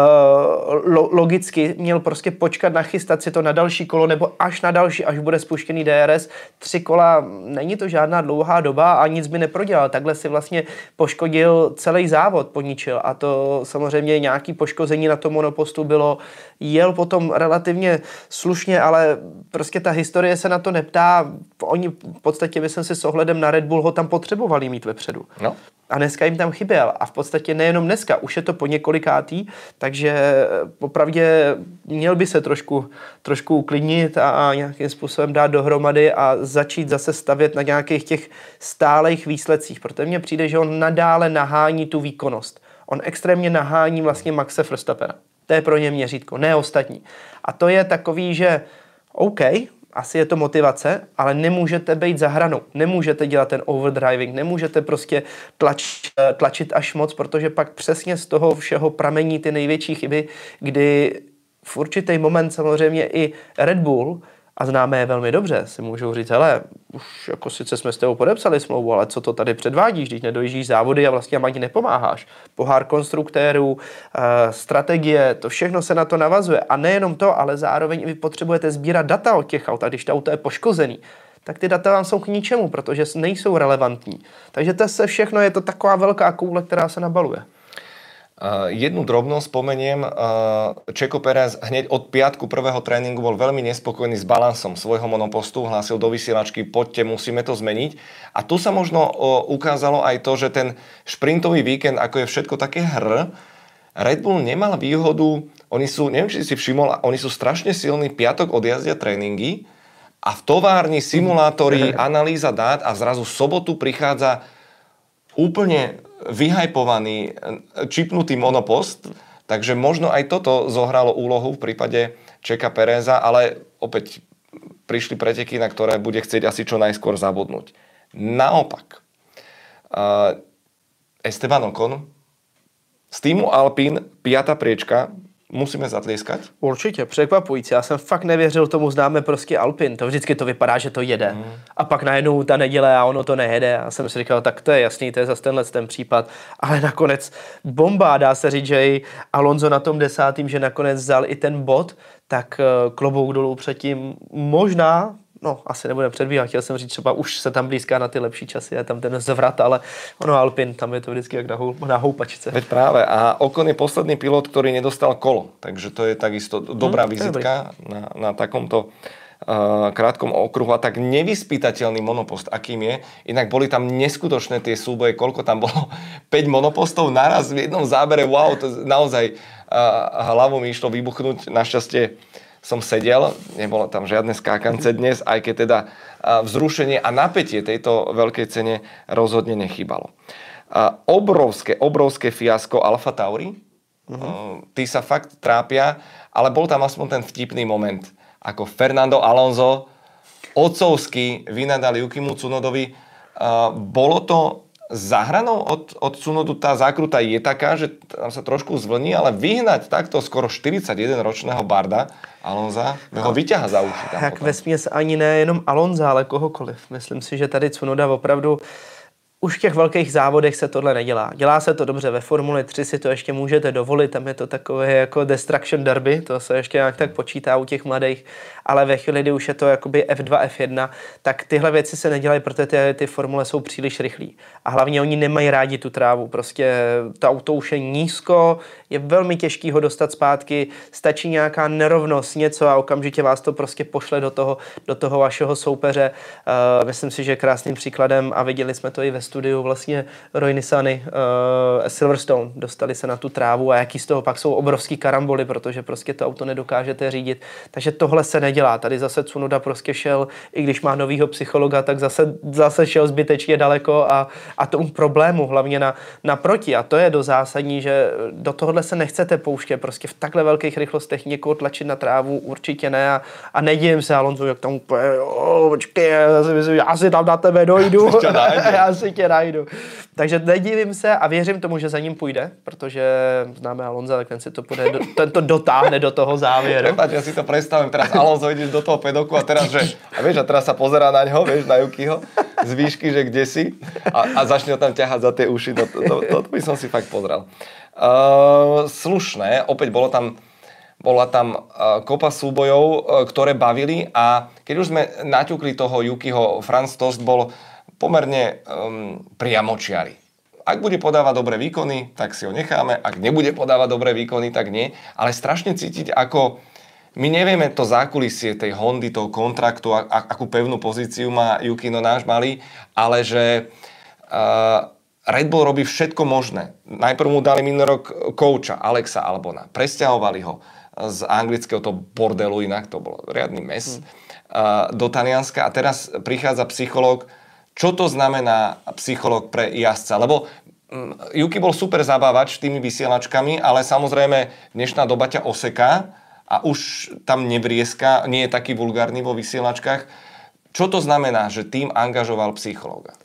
lo, logicky měl prostě počkat, nachystat si to na další kolo nebo až na další, až bude spuštěný D R S. Tři kola, není to žádná dlouhá doba a nic by neprodělal. Takhle si vlastně poškodil celý závod, poničil a to samozřejmě nějaký poškození na tom monopostu bylo. Jel potom relativně slušně, ale prostě ta historie se na to neptá. Oni v podstatě, myslím si, s ohledem na Red Bull ho tam potřebovali mít vepředu. No. A dneska jim tam chyběl. A v podstatě nejenom dneska, už je to po několikátý, takže popravdě měl by se trošku, trošku uklidnit a, a nějakým způsobem dát dohromady a začít zase stavět na nějakých těch stálých výsledcích. Protože mně přijde, že on nadále nahání tu výkonnost. On extrémně nahání vlastně Maxe Verstappena. To je pro ně měřítko, ne ostatní. A to je takový, že OK, asi je to motivace, ale nemůžete být za hranou. Nemůžete dělat ten overdriving, nemůžete prostě tlač, tlačit až moc, protože pak přesně z toho všeho pramení ty největší chyby, kdy v určitý moment samozřejmě i Red Bull, a známe je velmi dobře, si můžou říct, hele, už jako sice jsme s tebou podepsali smlouvu, ale co to tady předvádíš, když nedojíždíš závody a vlastně ani nepomáháš. Pohár konstruktérů, strategie, to všechno se na to navazuje. A nejenom to, ale zároveň vy potřebujete sbírat data od těch aut. A když to auto je poškozený, tak ty data vám jsou k ničemu, protože nejsou relevantní. Takže to se všechno, je to taková velká koule, která se nabaluje. Uh, jednu drobnosť spomeniem, uh, Checo Perez hneď od piatku prvého tréningu bol veľmi nespokojný s balansom svojho monopostu, hlásil do vysielačky, poďte, musíme to zmeniť. A tu sa možno uh, ukázalo aj to, že ten šprintový víkend, ako je všetko také hr, Red Bull nemal výhodu, oni sú, neviem, či si všimol, oni sú strašne silní, piatok odjazdia tréningy a v továrni simulátori, analýza dát a zrazu v sobotu prichádza úplne vyhypovaný, čipnutý monopost, takže možno aj toto zohralo úlohu v prípade Čeka Pereza, ale opäť prišli preteky, na ktoré bude chcieť asi čo najskôr zabudnúť. Naopak, uh, Esteban Ocon z týmu Alpine, piata priečka, musíme zatlieskať? Určitě, překvapující. Já jsem fakt nevěřil tomu, známe prostě Alpin. To vždycky to vypadá, že to jede. Mm. A pak najednou ta neděle a ono to nejede. A jsem si říkal, tak to je jasný, to je zase tenhle ten případ. Ale nakonec bomba, dá se říct, že i Alonso na tom desátým, že nakonec vzal i ten bod, tak klobouk dolů předtím možná, no asi nebudem předbíhat, chtěl jsem říct, třeba už se tam blízká na ty lepší časy, je tam ten zvrat, ale ono Alpin, tam je to vždycky jak na, hou, na houpačce. Veď práve, a Ocon je posledný pilot, ktorý nedostal kolo, takže to je takisto dobrá hmm, vizitka na, na takomto uh, krátkom okruhu a tak nevyspytateľný monopost, akým je. Inak boli tam neskutočné tie súboje, koľko tam bolo, päť monopostov naraz v jednom zábere, wow, to naozaj uh, hlavu mi išlo vybuchnúť, našťastie som sedel, nebolo tam žiadne skákance dnes, aj keď teda vzrušenie a napätie tejto veľkej cene rozhodne nechýbalo. Obrovské, obrovské fiasko Alfa Tauri. Uh-huh. Tí sa fakt trápia, ale bol tam aspoň ten vtipný moment, ako Fernando Alonso otcovsky vynadal Yukimu Tsunodovi. Bolo to za hranou od, od Tsunodu, tá zákruta je taká, že tam sa trošku zvlní, ale vyhnať takto skoro štyridsaťjedenročného Barda Alonza, ho vyťahá za uši. Tak vesměs ani ne jenom Alonza, ale kohokoliv. Myslím si, že tady Tsunoda opravdu už v těch velkých závodech se tohle nedělá. Dělá se to dobře ve Formuli tři, si to ještě můžete dovolit, tam je to takové jako destruction derby, to se ještě nějak tak počítá u těch mladých, ale ve chvíli, kdy už je to jakoby F dva, F jedna, tak tyhle věci se nedělají, protože ty, ty Formule jsou příliš rychlí. A hlavně oni nemají rádi tu trávu, prostě to auto už je nízko, je velmi těžký ho dostat zpátky, stačí nějaká nerovnost, něco a okamžitě vás to prostě pošle do toho, do toho vašeho soupeře. Uh, myslím si, že krásným příkladem, a viděli jsme to i ve studiu, vlastně Roy Nissany, uh, Silverstone, dostali se na tu trávu a jaký z toho pak jsou obrovský karamboly, protože prostě to auto nedokážete řídit. Takže tohle se nedělá. Tady zase Tsunoda prostě šel, i když má novýho psychologa, tak zase, zase šel zbytečně daleko a, a tomu problému hlavně na, naproti. A to je do zásadní, že do tohohle se nechcete pouštět. Prostě v takhle velkých rychlostech někoho tlačit na trávu určitě ne. A, a nedívím se, Alonso, jak tam úplně, oh, počkej, já si, myslím, já si tam na tebe dojdu. Já si tě najdu. Takže nedivím se a věřím tomu, že za ním půjde, protože známe Alonza, tak ten si to půjde, do, ten to dotáhne do toho závěru. Prepač, ja si to predstavím, teraz Alonso ideš do toho pedoku a teraz, že, a vieš, a teraz sa pozerá na ňo, vieš, na Yukiho, z výšky, že kde si a, a začne ho tam ťahať za tie uši, to, to, to, to by som si fakt pozrel. Uh, slušné, opäť bolo tam bola tam uh, kopa súbojov, uh, ktoré bavili a keď už sme naťukli toho Yukiho, Franz Tost bol pomerne um, priamočiary. Ak bude podávať dobré výkony, tak si ho necháme. Ak nebude podávať dobré výkony, tak nie. Ale strašne cítiť, ako my nevieme to zákulisie tej Hondy, toho kontraktu, a, a, akú pevnú pozíciu má Yukino náš malý, ale že uh, Red Bull robí všetko možné. Najprv mu dali minulý rok kouča Alexa Albona. Presťahovali ho z anglického to bordelu, inak to bolo riadny mes, hmm. uh, do Talianska. A teraz prichádza psychológ. Čo to znamená psychológ pre jazdca? Lebo um, Yuki bol super zabávač tými vysielačkami, ale samozrejme dnešná doba ťa oseká a už tam nevrieska, nie je taký vulgárny vo vysielačkách. Čo to znamená, že tým angažoval psychológa?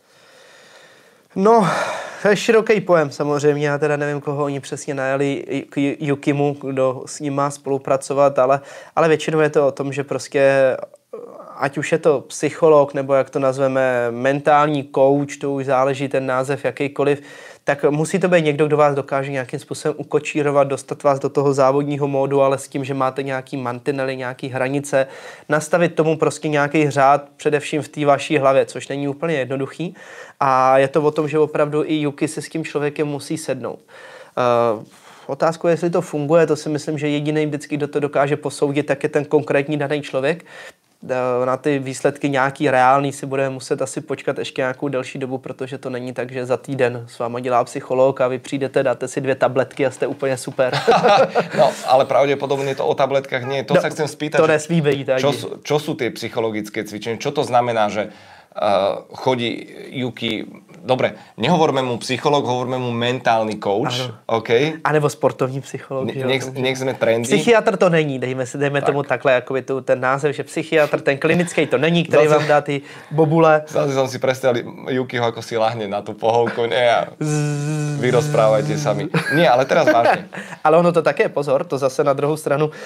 No, to je široký pojem samozřejmě, já teda nevím, koho oni přesně najali k Yukimu, kdo s ním má spolupracovat, ale, ale většinou je to o tom, že prostě ať už je to psycholog, nebo jak to nazveme, mentální coach, to už záleží ten název jakýkoliv, tak musí to být někdo, kdo vás dokáže nějakým způsobem ukočírovat, dostat vás do toho závodního módu, ale s tím, že máte nějaký mantinely, nějaký hranice, nastavit tomu prostě nějaký řád, především v té vaší hlavě, což není úplně jednoduchý. A je to o tom, že opravdu i Yuki si s tím člověkem musí sednout. Uh, Otázku je, jestli to funguje, to si myslím, že jediný vždycky, kdo to dokáže posoudit, tak je ten konkrétní daný člověk. Na ty výsledky nějaký reálný si budeme muset asi počkat ještě nějakou delší dobu, protože to není tak, že za týden s váma dělá psycholog a vy přijdete, dáte si dvě tabletky a jste úplně super. No, ale pravděpodobně to o tabletkách nie. To no, sa chcem spýtať. To nesmí být. Čo, čo sú tie psychologické cvičenia? Čo to znamená, že uh, chodí Yuki, dobre, nehovorme mu psycholog, hovorme mu mentálny coach, OK? A nebo sportovní psycholog. Ne, nech, nech sme trendy. Psychiatr to není, dejme, si, dejme tak. tomu takhle, jakoby tu, ten název, že psychiatr, ten klinický to není, který zase, vám dá ty bobule. Zase som si predstavil Yukiho, ako si lahne na tú pohovku, nie, a vy rozprávajte sami. Nie, ale teraz vážně. Ale ono to také, pozor, to zase na druhou stranu, uh,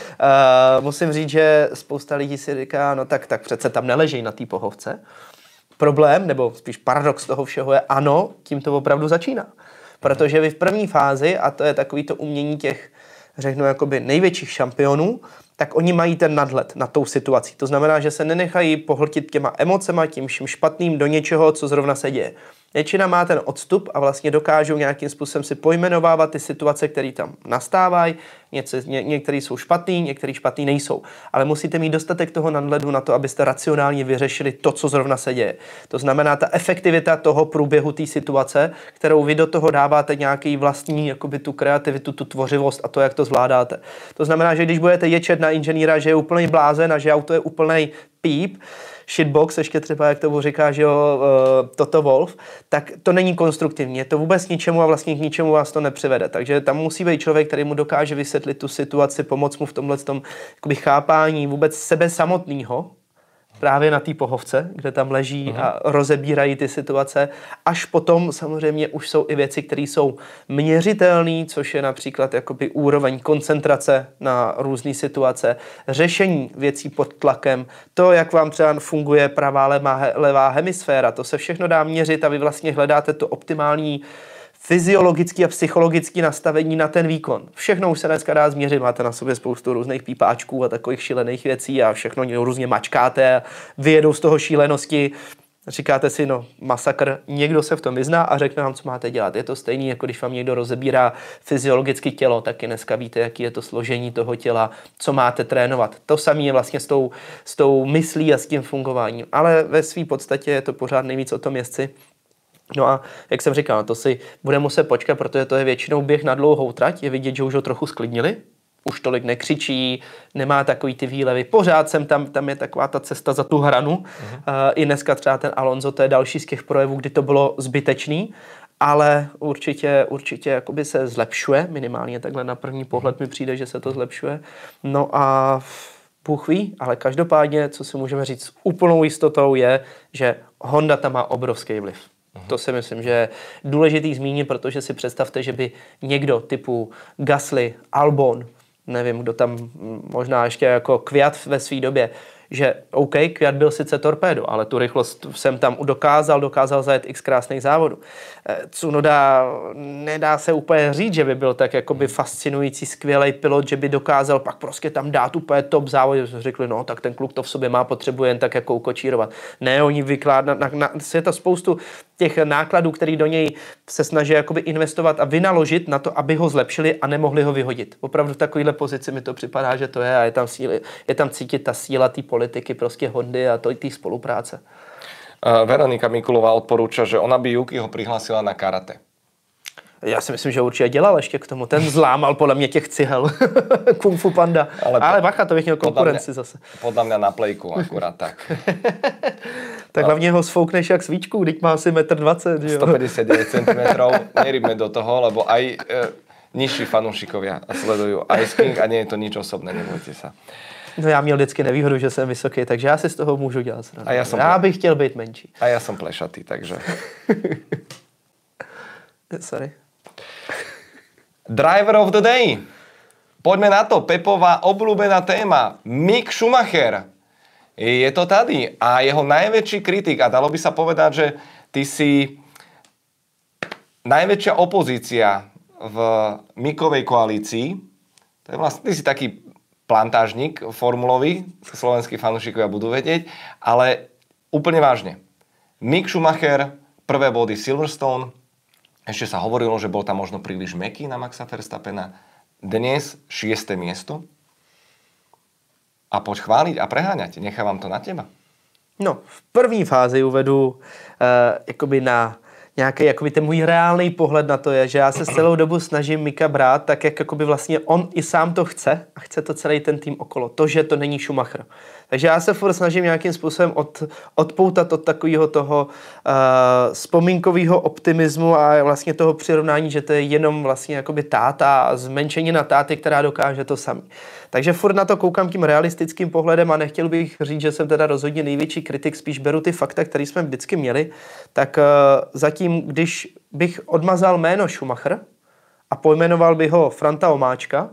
musím říct, že spousta lidí si říká, no tak, tak přece tam neleží na té pohovce. Problém, nebo spíš paradox toho všeho je, ano, tím to opravdu začíná. Protože vy v první fázi, a to je takový to umění těch, řeknu, jakoby největších šampionů, tak oni mají ten nadhled nad tou situací. To znamená, že se nenechají pohltit těma emocema, tím vším špatným do něčeho, co zrovna se děje. Většina má ten odstup a vlastně dokážou nějakým způsobem si pojmenovávat ty situace, které tam nastávají. Ně, některé jsou špatný, některé špatný nejsou. Ale musíte mít dostatek toho nadhledu na to, abyste racionálně vyřešili to, co zrovna se děje. To znamená ta efektivita toho průběhu té situace, kterou vy do toho dáváte nějaký vlastní, jakoby tu kreativitu, tu tvořivost a to, jak to zvládáte. To znamená, že když budete ječet na inženýra, že je úplný blázen a že auto je úplný píp, shitbox, ještě třeba, jak tomu říká, že jo, uh, Toto Wolff, tak to není konstruktivní. Je to vůbec ničemu a vlastně k ničemu vás to nepřivede. Takže tam musí být člověk, který mu dokáže vysvětlit tu situaci, pomoct mu v tomhle tom jakoby chápání vůbec sebe samotného, právě na té pohovce, kde tam leží uh-huh. a rozebírají ty situace. Až potom samozřejmě už jsou i věci, které jsou měřitelné, což je například jakoby úroveň koncentrace na různé situace, řešení věcí pod tlakem, to, jak vám třeba funguje pravá levá, levá hemisféra, to se všechno dá měřit a vy vlastně hledáte to optimální fyziologický a psychologický nastavení na ten výkon. Všechno už se dneska dá změřit, máte na sobě spoustu různých pípáčků a takových šílených věcí a všechno různě mačkáte a vyjedou z toho šílenosti. Říkáte si, no masakr, někdo se v tom vyzná a řekne vám, co máte dělat. Je to stejný, jako když vám někdo rozebírá fyziologicky tělo, taky dneska víte, jaký je to složení toho těla, co máte trénovat. To samé je vlastně s tou, s tou myslí a s tím fungováním. Ale ve své podstatě je to pořád nejvíc o tom jezdci. No a jak jsem říkal, to si bude muset počkat, protože to je většinou běh na dlouhou trať. Je vidět, že už ho trochu sklidnili. Už tolik nekřičí, nemá takový ty výlevy. Pořád jsem tam, tam je taková ta cesta za tu hranu. Uh-huh. Uh, I dneska třeba ten Alonso, to je další z těch projevů, kdy to bylo zbytečný, ale určitě, určitě jakoby se zlepšuje, minimálně takhle na první pohled mi přijde, že se to zlepšuje. No a Bůh ví, ale každopádně, co si můžeme říct s úplnou jistotou je, že Honda tam má obrovský vliv. Uhum. To si myslím, že je důležitý zmínit, protože si představte, že by někdo typu Gasly, Albon, nevím, kdo tam možná ještě jako Kvyat ve své době, že OK, Kvyat byl sice torpédo, ale tu rychlost jsem tam dokázal, dokázal zajet x krásných závodů. Tsunoda nedá se úplně říct, že by byl tak jakoby fascinující, skvělý pilot, že by dokázal pak prostě tam dát úplně top závod, že jsme řekli, no tak ten kluk to v sobě má, potřebuje jen tak jako ukočírovat. Ne, oni vykládají, na, na, je to spoustu těch nákladů, který do něj se snaží jakoby investovat a vynaložit na to, aby ho zlepšili a nemohli ho vyhodit. Opravdu v takovéhle pozici mi to připadá, že to je a je tam, síly, je tam cítit ta síla té politiky, prostě Hondy a to té spolupráce. Uh, Veronika Mikulová odporúča, že ona by Yukiho prihlásila na karate. Já si myslím, že určitě dělal ještě k tomu. Ten zlámal podle mě těch cihel. Kung Fu Panda. Ale, Ale bacha, to bych měl konkurenci podle zase. Podle mě na plejku akurát tak. Tak hlavně ho sfoukneš jak svíčku, teď má asi metr dvacet. sto päťdesiat deväť centimetrov. Neríme do toho, lebo aj e, nižší fanúšikovia sledujú Ice King a nie je to nič osobné, nebojte sa. No já měl vždycky nevýhodu, že jsem vysoký, takže já si z toho můžu dělat srandu. A já, jsem já bych chtěl být menší. A já jsem plešatý, takže... Sorry. Driver of the day. Poďme na to. Pepová obľúbená téma. Mick Schumacher. Je to tady. A jeho najväčší kritik, a dalo by sa povedať, že ty si najväčšia opozícia v Mickovej koalícii. To je vlastne, ty si taký plantážnik formulový, slovenskí fanúšikovia budú vedieť, ale úplne vážne. Mick Schumacher, prvé body Silverstone, ešte sa hovorilo, že bol tam možno príliš mäkký na Maxa Verstappena. Dnes šieste miesto. A poď chváliť a preháňať. Nechávam to na teba. No, v první fázi uvedu uh, jakoby na nějaký, jakoby ten můj reálný pohled na to je, že já se celou dobu snažím Mika brát tak, jak jakoby vlastně on i sám to chce a chce to celý ten tým okolo. To, že to není Schumacher. Takže já se furt snažím nějakým způsobem od, odpoutat od takového toho uh, vzpomínkového optimismu a vlastně toho přirovnání, že to je jenom vlastně jakoby táta a zmenšení na táty, která dokáže to samý. Takže furt na to koukám tím realistickým pohledem a nechtěl bych říct, že jsem teda rozhodně největší kritik, spíš beru ty fakta, které jsme vždycky měli, tak uh, zatím, když bych odmazal jméno Schumacher a pojmenoval bych ho Franta Omáčka,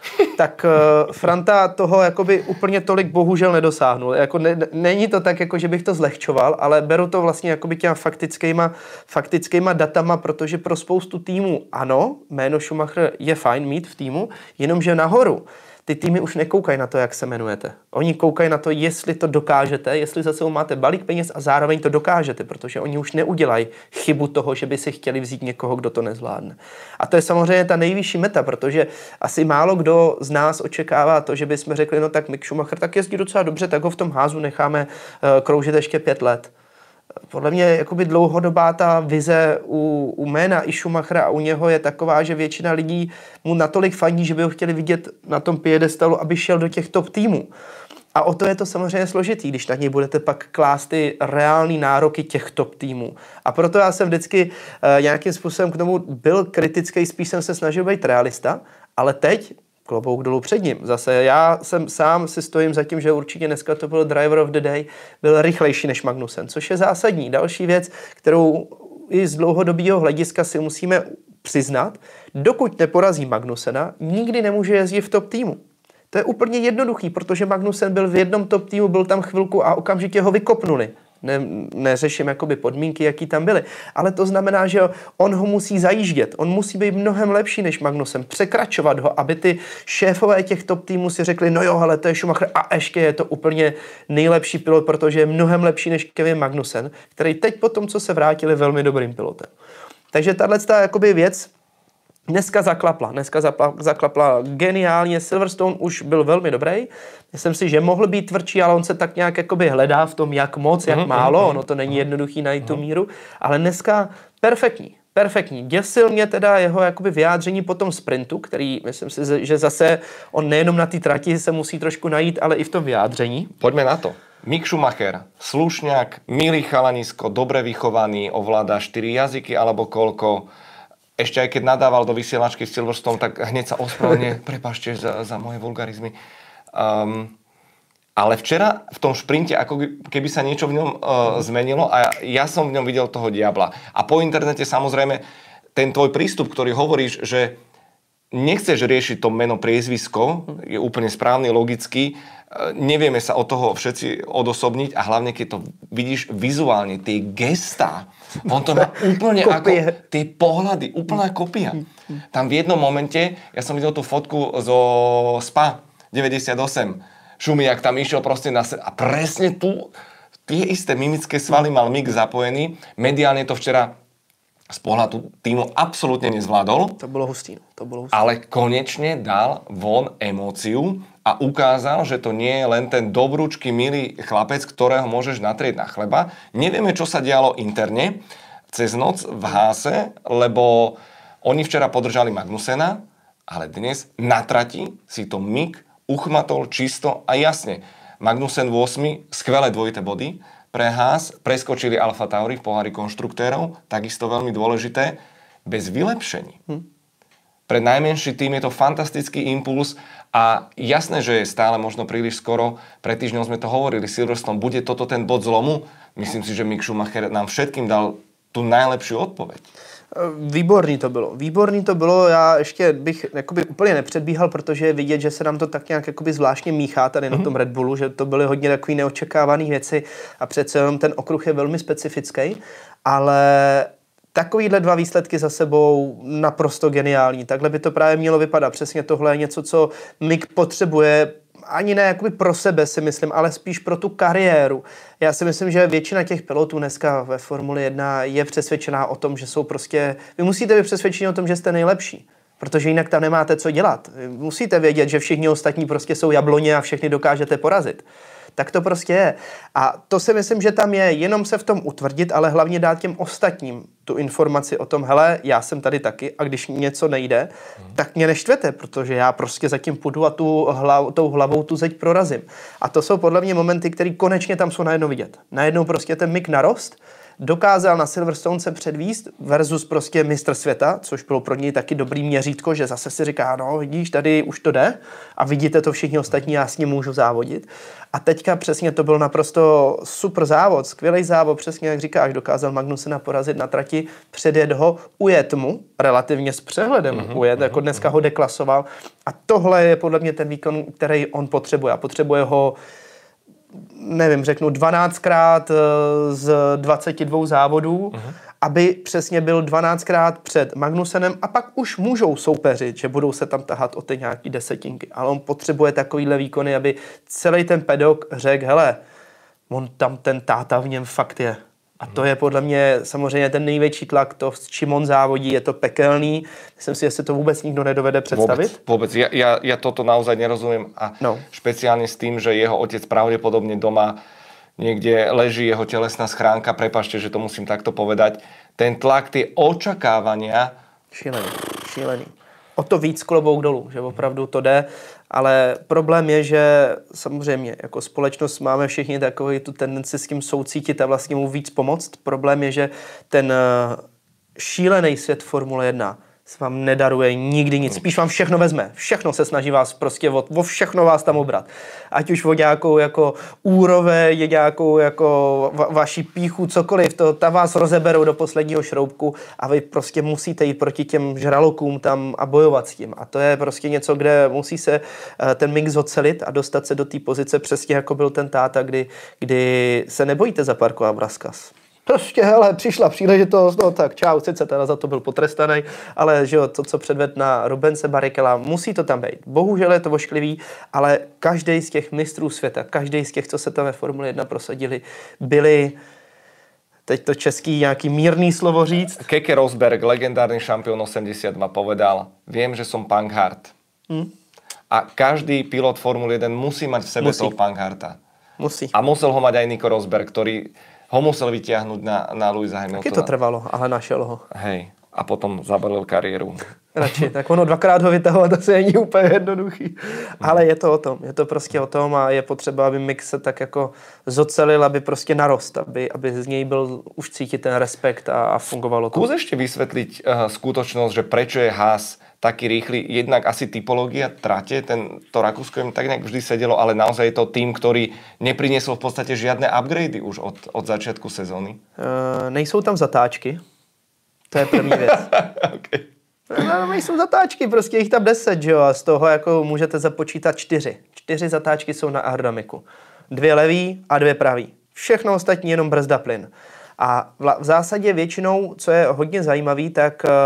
tak uh, Franta toho jakoby úplně tolik bohužel nedosáhnul. Jako ne, není to tak, jako že bych to zlehčoval, ale beru to vlastně jakoby těma faktickýma, faktickýma datama, protože pro spoustu týmů ano, jméno Schumacher je fajn mít v týmu, jenomže nahoru ty týmy už nekoukají na to, jak se jmenujete. Oni koukají na to, jestli to dokážete, jestli za sebou máte balík peněz a zároveň to dokážete, protože oni už neudělají chybu toho, že by si chtěli vzít někoho, kdo to nezvládne. A to je samozřejmě ta nejvyšší meta, protože asi málo kdo z nás očekává to, že bychom řekli, no tak Mick Schumacher tak jezdí docela dobře, tak ho v tom házu necháme uh, kroužit ještě pět let. Podle mě jakoby dlouhodobá ta vize u, u jména i Schumachera a u něho je taková, že většina lidí mu natolik fandí, že by ho chtěli vidět na tom piedestalu, aby šel do těch top týmů. A o to je to samozřejmě složitý, když na něj budete pak klást ty reální nároky těch top týmů. A proto já jsem vždycky uh, nějakým způsobem k tomu byl kritický, spíš jsem se snažil být realista, ale teď klobouk dolů před ním. Zase já jsem sám si stojím za tím, že určitě dneska to byl driver of the day, byl rychlejší než Magnussen, což je zásadní. Další věc, kterou i z dlouhodobého hlediska si musíme přiznat, dokud neporazí Magnusena, nikdy nemůže jezdit v top týmu. To je úplně jednoduchý, protože Magnussen byl v jednom top týmu, byl tam chvilku a okamžitě ho vykopnuli. Ne, neřeším jakoby podmínky, jaký tam byly. Ale to znamená, že on ho musí zajíždět. On musí být mnohem lepší než Magnussen. Překračovat ho, aby ty šéfové těch top týmů si řekli, no jo, ale to je Schumacher a ještě je to úplně nejlepší pilot, protože je mnohem lepší než Kevin Magnussen, který teď po tom, co se vrátil, je velmi dobrým pilotem. Takže tato jakoby věc dneska zaklapla. Dneska zaklapla geniálně. Silverstone už byl velmi dobrý. Myslím si, že mohl být tvrdší, ale on se tak nějak jakoby hledá v tom, jak moc, jak málo. Ono to není jednoduchý najít tu míru. Ale dneska perfektní. Perfektní. Děsil mě teda jeho jakoby vyjádření po tom sprintu, který myslím si, že zase on nejenom na té trati se musí trošku najít, ale i v tom vyjádření. Pojďme na to. Mick Schumacher, slušňák, milý chalanisko, dobre vychovaný, ovláda štyri jazyky alebo koľko. Ešte aj keď nadával do vysielačky Silverstone, tak hneď sa ospravedlňuje, prepáčte za, za moje vulgarizmy. Um, ale včera v tom šprinte, ako keby sa niečo v ňom uh, zmenilo a ja som v ňom videl toho diabla. A po internete samozrejme ten tvoj prístup, ktorý hovoríš, že nechceš riešiť to meno priezvisko, je úplne správny, logický, nevieme sa od toho všetci odosobniť a hlavne keď to vidíš vizuálne, tie gestá, on to má úplne ako tie pohľady, úplná kopia. Tam v jednom momente, ja som videl tú fotku zo Spa deväťdesiatosem, Šumiak tam išiel proste na se... A presne tu tie isté mimické svaly mal Mick zapojený. Mediálne to včera z pohľadu týmu absolútne nezvládol. To bolo hustý. To bolo hustý. Ale konečne dal von emóciu a ukázal, že to nie je len ten dobrúčky, milý chlapec, ktorého môžeš natrieť na chleba. Nevieme, čo sa dialo interne cez noc v Haase, lebo oni včera podržali Magnusena, ale dnes na trati si to Mick uchmatol čisto a jasne. Magnussen v ôsmom, skvelé dvojité body. Pre Haas preskočili Alfa Tauri v pohári konštruktérov, takisto veľmi dôležité, bez vylepšení. Hm. Pre najmenší tým je to fantastický impuls a jasné, že je stále možno príliš skoro. Pred týždňom sme to hovorili, Silverstone, bude toto ten bod zlomu? Myslím si, že Mick Schumacher nám všetkým dal tu najlepšiu odpoveď. Výborný to bylo. Výborný to bylo, já ještě bych jakoby úplně nepředbíhal, protože je vidět, že se nám to tak nějak jakoby zvláštně míchá tady mm-hmm. na tom Red Bullu, že to byly hodně takový neočekávané věci a přece jenom ten okruh je velmi specifický, ale takovýhle dva výsledky za sebou naprosto geniální. Takhle by to právě mělo vypadat. Přesně tohle je něco, co Mick potřebuje ani ne jakoby pro sebe si myslím, ale spíš pro tu kariéru. Já si myslím, že většina těch pilotů dneska ve Formuli jedna je přesvědčená o tom, že jsou prostě... Vy musíte být přesvědčeni o tom, že jste nejlepší, protože jinak tam nemáte co dělat. Vy musíte vědět, že všichni ostatní prostě jsou jabloně a všechny dokážete porazit. Tak to prostě je. A to si myslím, že tam je jenom se v tom utvrdit, ale hlavně dát těm ostatním tu informaci o tom, hele, já jsem tady taky a když něco nejde, hmm. tak mě neštvete, protože já prostě zatím půjdu a tu hlav, tou hlavou tu zeď prorazím. A to jsou podle mě momenty, které konečně tam jsou najednou vidět. Najednou prostě ten Mick narost, dokázal na Silverstone se předvíst versus prostě mistr světa, což bylo pro něj taky dobrý měřítko, že zase si říká, no vidíš, tady už to jde a vidíte to všichni ostatní, já s ním můžu závodit. A teďka přesně to byl naprosto super závod, skvělý závod, přesně jak říkáš, dokázal Magnusena porazit na trati, předjet ho, ujet mu, relativně s přehledem mm-hmm, ujet, mm-hmm, jako dneska mm-hmm. ho deklasoval. A tohle je podle mě ten výkon, který on potřebuje. A potřebuje ho nevím, řeknu dvanáctkrát z dvaceti dvou závodů, uh-huh. aby přesně byl dvanáctkrát před Magnusenem a pak už můžou soupeřit, že budou se tam tahat o ty nějaký desetinky. Ale on potřebuje takovýhle výkony, aby celý ten pedok řekl, hele, on tam ten táta v něm fakt je. A to je podle mě samozřejmě ten největší tlak, to, s čím on závodí, je to pekelný. Myslím si, že si to vůbec nikdo nedovede představit. Vôbec, vôbec. Ja, ja, ja toto naozaj nerozumiem a no. špeciálne s tým, že jeho otec pravdepodobne doma niekde leží jeho telesná schránka, prepáčte, že to musím takto povedať. Ten tlak, tie očakávania... Šílený, šílený. O to víc klobouk dolů, že opravdu to jde, ale problém je, že samozřejmě jako společnost máme všichni takový tu tendenci s tím soucítit a vlastně mu víc pomoct. Problém je, že ten šílený svět Formule jedna se vám nedaruje nikdy nic. Spíš vám všechno vezme. Všechno se snaží vás prostě o, o všechno vás tam obrat. Ať už o nějakou jako úroveň, nějakou jako va, vaši píchu, cokoliv, to tam vás rozeberou do posledního šroubku a vy prostě musíte jít proti těm žralokům tam a bojovat s tím. A to je prostě něco, kde musí se ten mix ocelit a dostat se do té pozice přesně jako byl ten táta, kdy, kdy se nebojíte zaparkovat v rozkaz. Prostě, hele, přišla příležitost, no tak čau, sice teda za to byl potrestaný, ale že jo, to, co předved na Rubense Barrichella, musí to tam být. Bohužel je to ošklivý, ale každý z těch mistrů světa, každý z těch, co se tam ve Formule jedna prosadili, byli, teď to český nějaký mírný slovo říct. Keke Rosberg, legendárny šampión osemdesiatdva, povedal, viem, že som Pankhard. Hmm? A každý pilot Formule jeden musí mať v sebe musí. toho Pankharta. Musí. A musel ho mať aj Nico Rosberg, ktorý ho musel vytiahnuť na, na Lewisa Hamiltona. Taky to trvalo, ale našel ho. Hej, a potom zabalil kariéru. Radši, tak ono dvakrát ho vytahovat, to se není úplně jednoduchý. Ale je to o tom, je to prostě o tom a je potřeba, aby Mick se tak jako zocelil, aby prostě narost, aby, aby z něj byl už cítit ten respekt a, a fungovalo to. Skús ešte vysvetliť uh, skutočnosť, že prečo je Haas taký rýchly, jednak asi typológia trate, ten, to Rakúsko im tak nejak vždy sedelo, ale naozaj je to tým, ktorý nepriniesol v podstate žiadne upgrady už od, od začiatku sezóny. Uh, nejsou tam zatáčky, to je první věc. Okay. No, nejsou zatáčky, prostě jich tam deset, že jo, a z toho jako můžete započítat čtyři. Čtyři zatáčky jsou na aerodynamiku. Dvě levý a dvě pravý. Všechno ostatní jenom brzda plyn. A v, v zásadě většinou, co je hodně zajímavý, tak uh,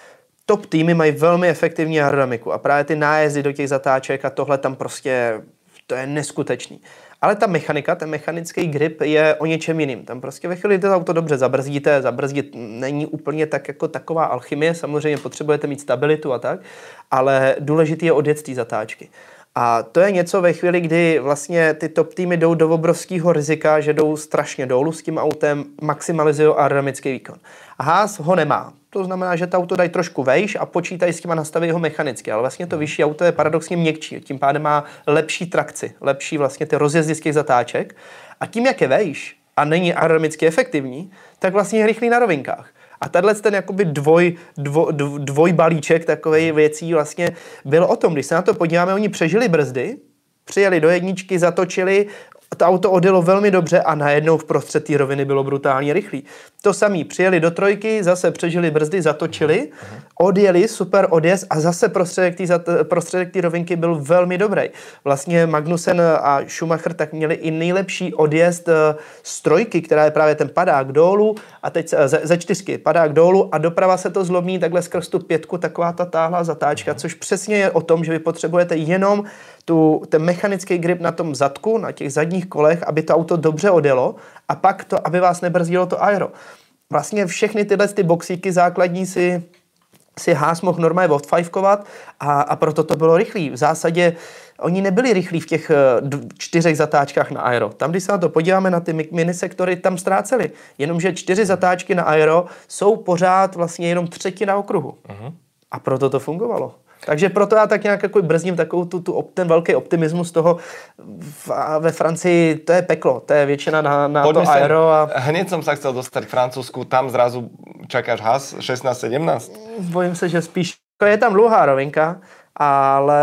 top týmy mají velmi efektivní aerodynamiku a právě ty nájezdy do těch zatáček a tohle tam prostě, to je neskutečný. Ale ta mechanika, ten mechanický grip je o něčem jiným. Tam prostě ve chvíli, kdy to auto dobře zabrzdíte, zabrzdit není úplně tak jako taková alchymie, samozřejmě potřebujete mít stabilitu a tak, ale důležitý je odjet z té zatáčky. A to je něco ve chvíli, kdy vlastně ty top týmy jdou do obrovského rizika, že jdou strašně dolů s tím autem, maximalizují aerodynamický výkon. A Haas ho nemá. To znamená, že to auto dají trošku vejš a počítají s tím a nastaví ho mechanicky. Ale vlastně to vyšší auto je paradoxně měkčí. Tím pádem má lepší trakci, lepší vlastně ty rozjezdy z těch zatáček. A tím, jak je vejš a není aerodynamicky efektivní, tak vlastně je rychlý na rovinkách. A tahle ten jakoby dvoj, dvo, dv, dvoj balíček takových věcí vlastně byl o tom, když se na to podíváme, oni přežili brzdy, přijeli do jedničky, zatočili, to auto odjelo velmi dobře a najednou v prostřed té roviny bylo brutálně rychlý. To samý, přijeli do trojky, zase přežili brzdy, zatočili, odjeli, super odjezd a zase prostředek té rovinky byl velmi dobrý. Vlastně Magnussen a Schumacher tak měli i nejlepší odjezd z trojky, která je právě ten padák dolů a teď ze, ze čtyřky padák dolů a doprava se to zlomí takhle skrz tu pětku, taková ta táhlá zatáčka, což přesně je o tom, že vy potřebujete jenom tu, ten mechanický grip na tom zadku, na těch zadních kolech, aby to auto dobře odjelo a pak to, aby vás nebrzdilo to aero. Vlastně všechny tyhle ty boxíky základní si si Haas mohl normálně odfajfkovat a, a proto to bylo rychlý. V zásadě oni nebyli rychlí v těch čtyřech zatáčkách na aero. Tam, když se na to podíváme, na ty minisektory, tam ztráceli. Jenomže čtyři zatáčky na aero jsou pořád vlastně jenom třetina okruhu. Uh-huh. A proto to fungovalo. Takže proto já tak nějak jako brzdím takovou tu, tu, ten velký optimismus toho v, ve Francii, to je peklo, to je většina na, na to aero. A... Hneď som sa chcel dostať k Francúzsku, tam zrazu čakáš Haas šestnásť sedemnásť? Bojím se, že spíš je tam dlouhá rovinka, ale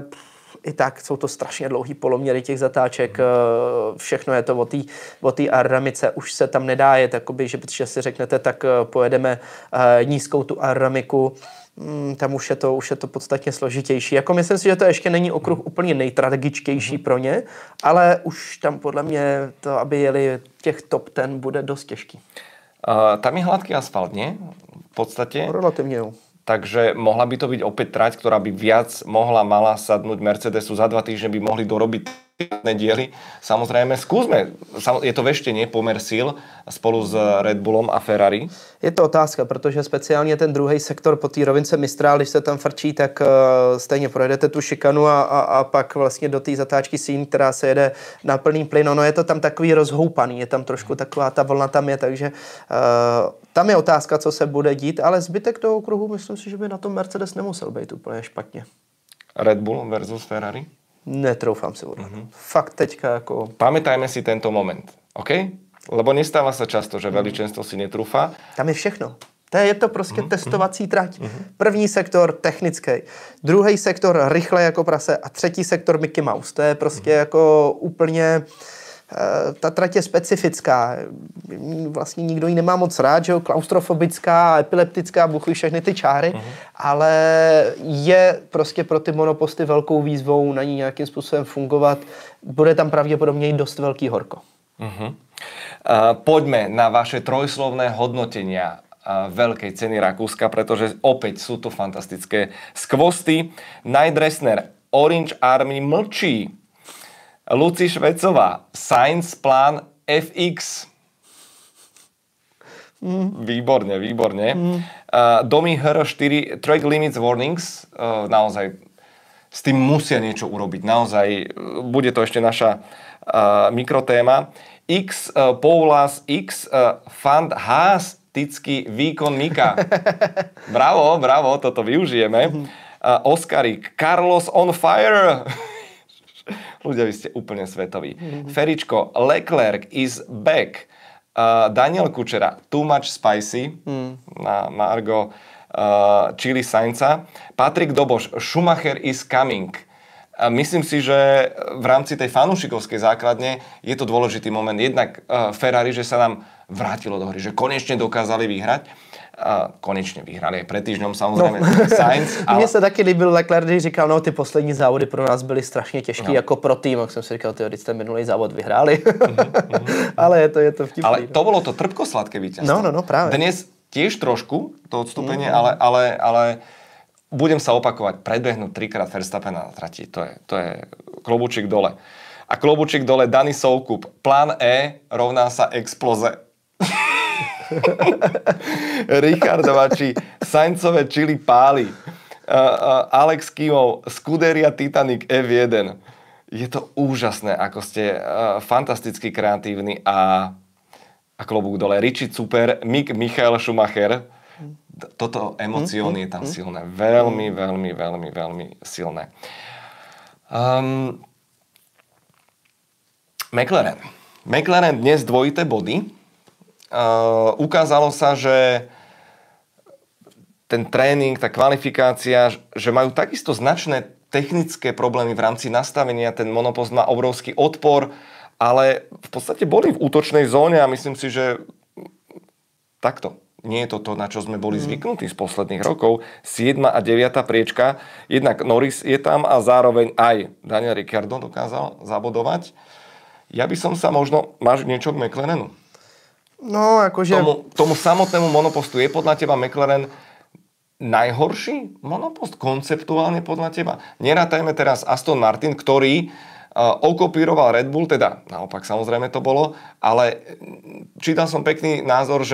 i tak jsou to strašně dlouhý poloměry těch zatáček, všechno je to o té aerodynamice, už se tam nedá jet, jakoby, že protože si řeknete, tak pojedeme nízkou tu aerodynamiku, tam už je, to, už je to podstatně složitější. Jako myslím si, že to ještě není okruh úplně nejtragičtější pro ně, ale už tam podle mě to, aby jeli těch top ten, bude dost těžký. Uh, tam je hladký asfalt, nie? V podstate? Relativně jo. Takže mohla by to byť opäť trať, ktorá by viac mohla, mala sadnúť Mercedesu. Za dva týždne by mohli dorobiť diely. Samozrejme, skúsme. Je to veštenie, pomer síl spolu s Red Bullom a Ferrari? Je to otázka, protože speciálně ten druhý sektor po té rovince Mistral, když se tam frčí, tak uh, stejně projedete tu šikanu a, a, a pak vlastně do té zatáčky Sín, která se jede na plný plyn. No je to tam takový rozhoupaný, je tam trošku taková ta vlna tam je, takže uh, tam je otázka, co se bude dít, ale zbytek toho okruhu, myslím si, že by na tom Mercedes nemusel být úplně špatně. Red Bull versus Ferrari? Netroufám si odhadnout. Uh-huh. Fakt teďka jako... Pamätajme si tento moment, OK? Lebo nestáva sa často, že veličenstvo si netrúfa. Tam je všechno. To je to prostě uh-huh. testovací trať. Uh-huh. První sektor technický, druhý sektor rychle jako prase a třetí sektor Mickey Mouse. To je prostě uh-huh. jako úplně... Ta trať je specifická. Vlastně nikdo ji nemá moc rád, že jo, klaustrofobická, epileptická, buchují všechny ty čáry, uh-huh. ale je prostě pro ty monoposty velkou výzvou na ní nějakým způsobem fungovat. Bude tam pravděpodobně i dost velký horko. Uh-huh. Uh, poďme na vaše trojslovné hodnotenia uh, veľkej ceny Rakúska, pretože opäť sú to fantastické skvosty. Neidressner, Orange Army mlčí. Luci Švecová, Sainz plán F X. Mm. Výborne, výborne. Mm. Uh, Domi Hero štyri, Track Limits Warnings. Uh, naozaj s tým musia niečo urobiť. Naozaj bude to ešte naša uh, mikrotéma. X, uh, Poulas, X, uh, fantastický výkon Mika. Bravo, bravo, toto využijeme. Uh, Oskarík, Carlos on fire. Ľudia, vy ste úplne svetoví. Mm-hmm. Feričko, Leclerc is back. Uh, Daniel Kučera, too much spicy. Mm. Na Margo uh, Chili Sainza. Patrik Doboš, Schumacher is coming. Uh, myslím si, že v rámci tej fanúšikovskej základne je to dôležitý moment. Jednak uh, Ferrari, že sa nám vrátilo do hry, že konečne dokázali vyhrať. A konečně vyhrali aj před týždňom samozřejmě no. Sainz. Ale... Mně se taky líbil Leclerc, když říkal, no ty poslední závody pro nás byly strašně těžký, no. jako pro tým, jak jsem si říkal, ty jste minulý závod vyhráli. Mm-hmm. Ale je to, je to vtipný. Ale to bylo to trpkosladké víťazstvo. No, no, no, právě. Dnes tiež trošku to odstúpenie, mm-hmm. ale, ale, ale budem sa opakovať, predbehnúť trikrát Verstappena na trati, to je, to je klobučík dole. A klobučík dole Dani Soukup, plán E rovná sa exploze. Richardovači, Sainzové čili páli, uh, uh, Alex Kimov, Scuderia Titanic F jeden. Je to úžasné, ako ste uh, fantasticky kreatívni a, a klobúk dole. Richie Super, Mick Michael Schumacher. Toto emocióny je tam silné. Veľmi, veľmi, veľmi, veľmi silné. Um, McLaren. McLaren dnes dvojité body. Uh, ukázalo sa, že ten tréning, tá kvalifikácia, že majú takisto značné technické problémy v rámci nastavenia. Ten monopost má obrovský odpor, ale v podstate boli v útočnej zóne a myslím si, že takto. Nie je to to, na čo sme boli zvyknutí z posledných rokov. siedma a deviata priečka. Jednak Norris je tam a zároveň aj Daniel Ricciardo dokázal zabodovať. Ja by som sa možno... Máš niečo k McLarenu? No, jakože... Tomu, tomu samotnému monopostu je podľa teba McLaren najhorší monopost konceptuálne podľa teba? Nerátajme teraz Aston Martin, ktorý uh, okopíroval Red Bull, teda naopak samozrejme to bolo, ale čítal som pekný názor, že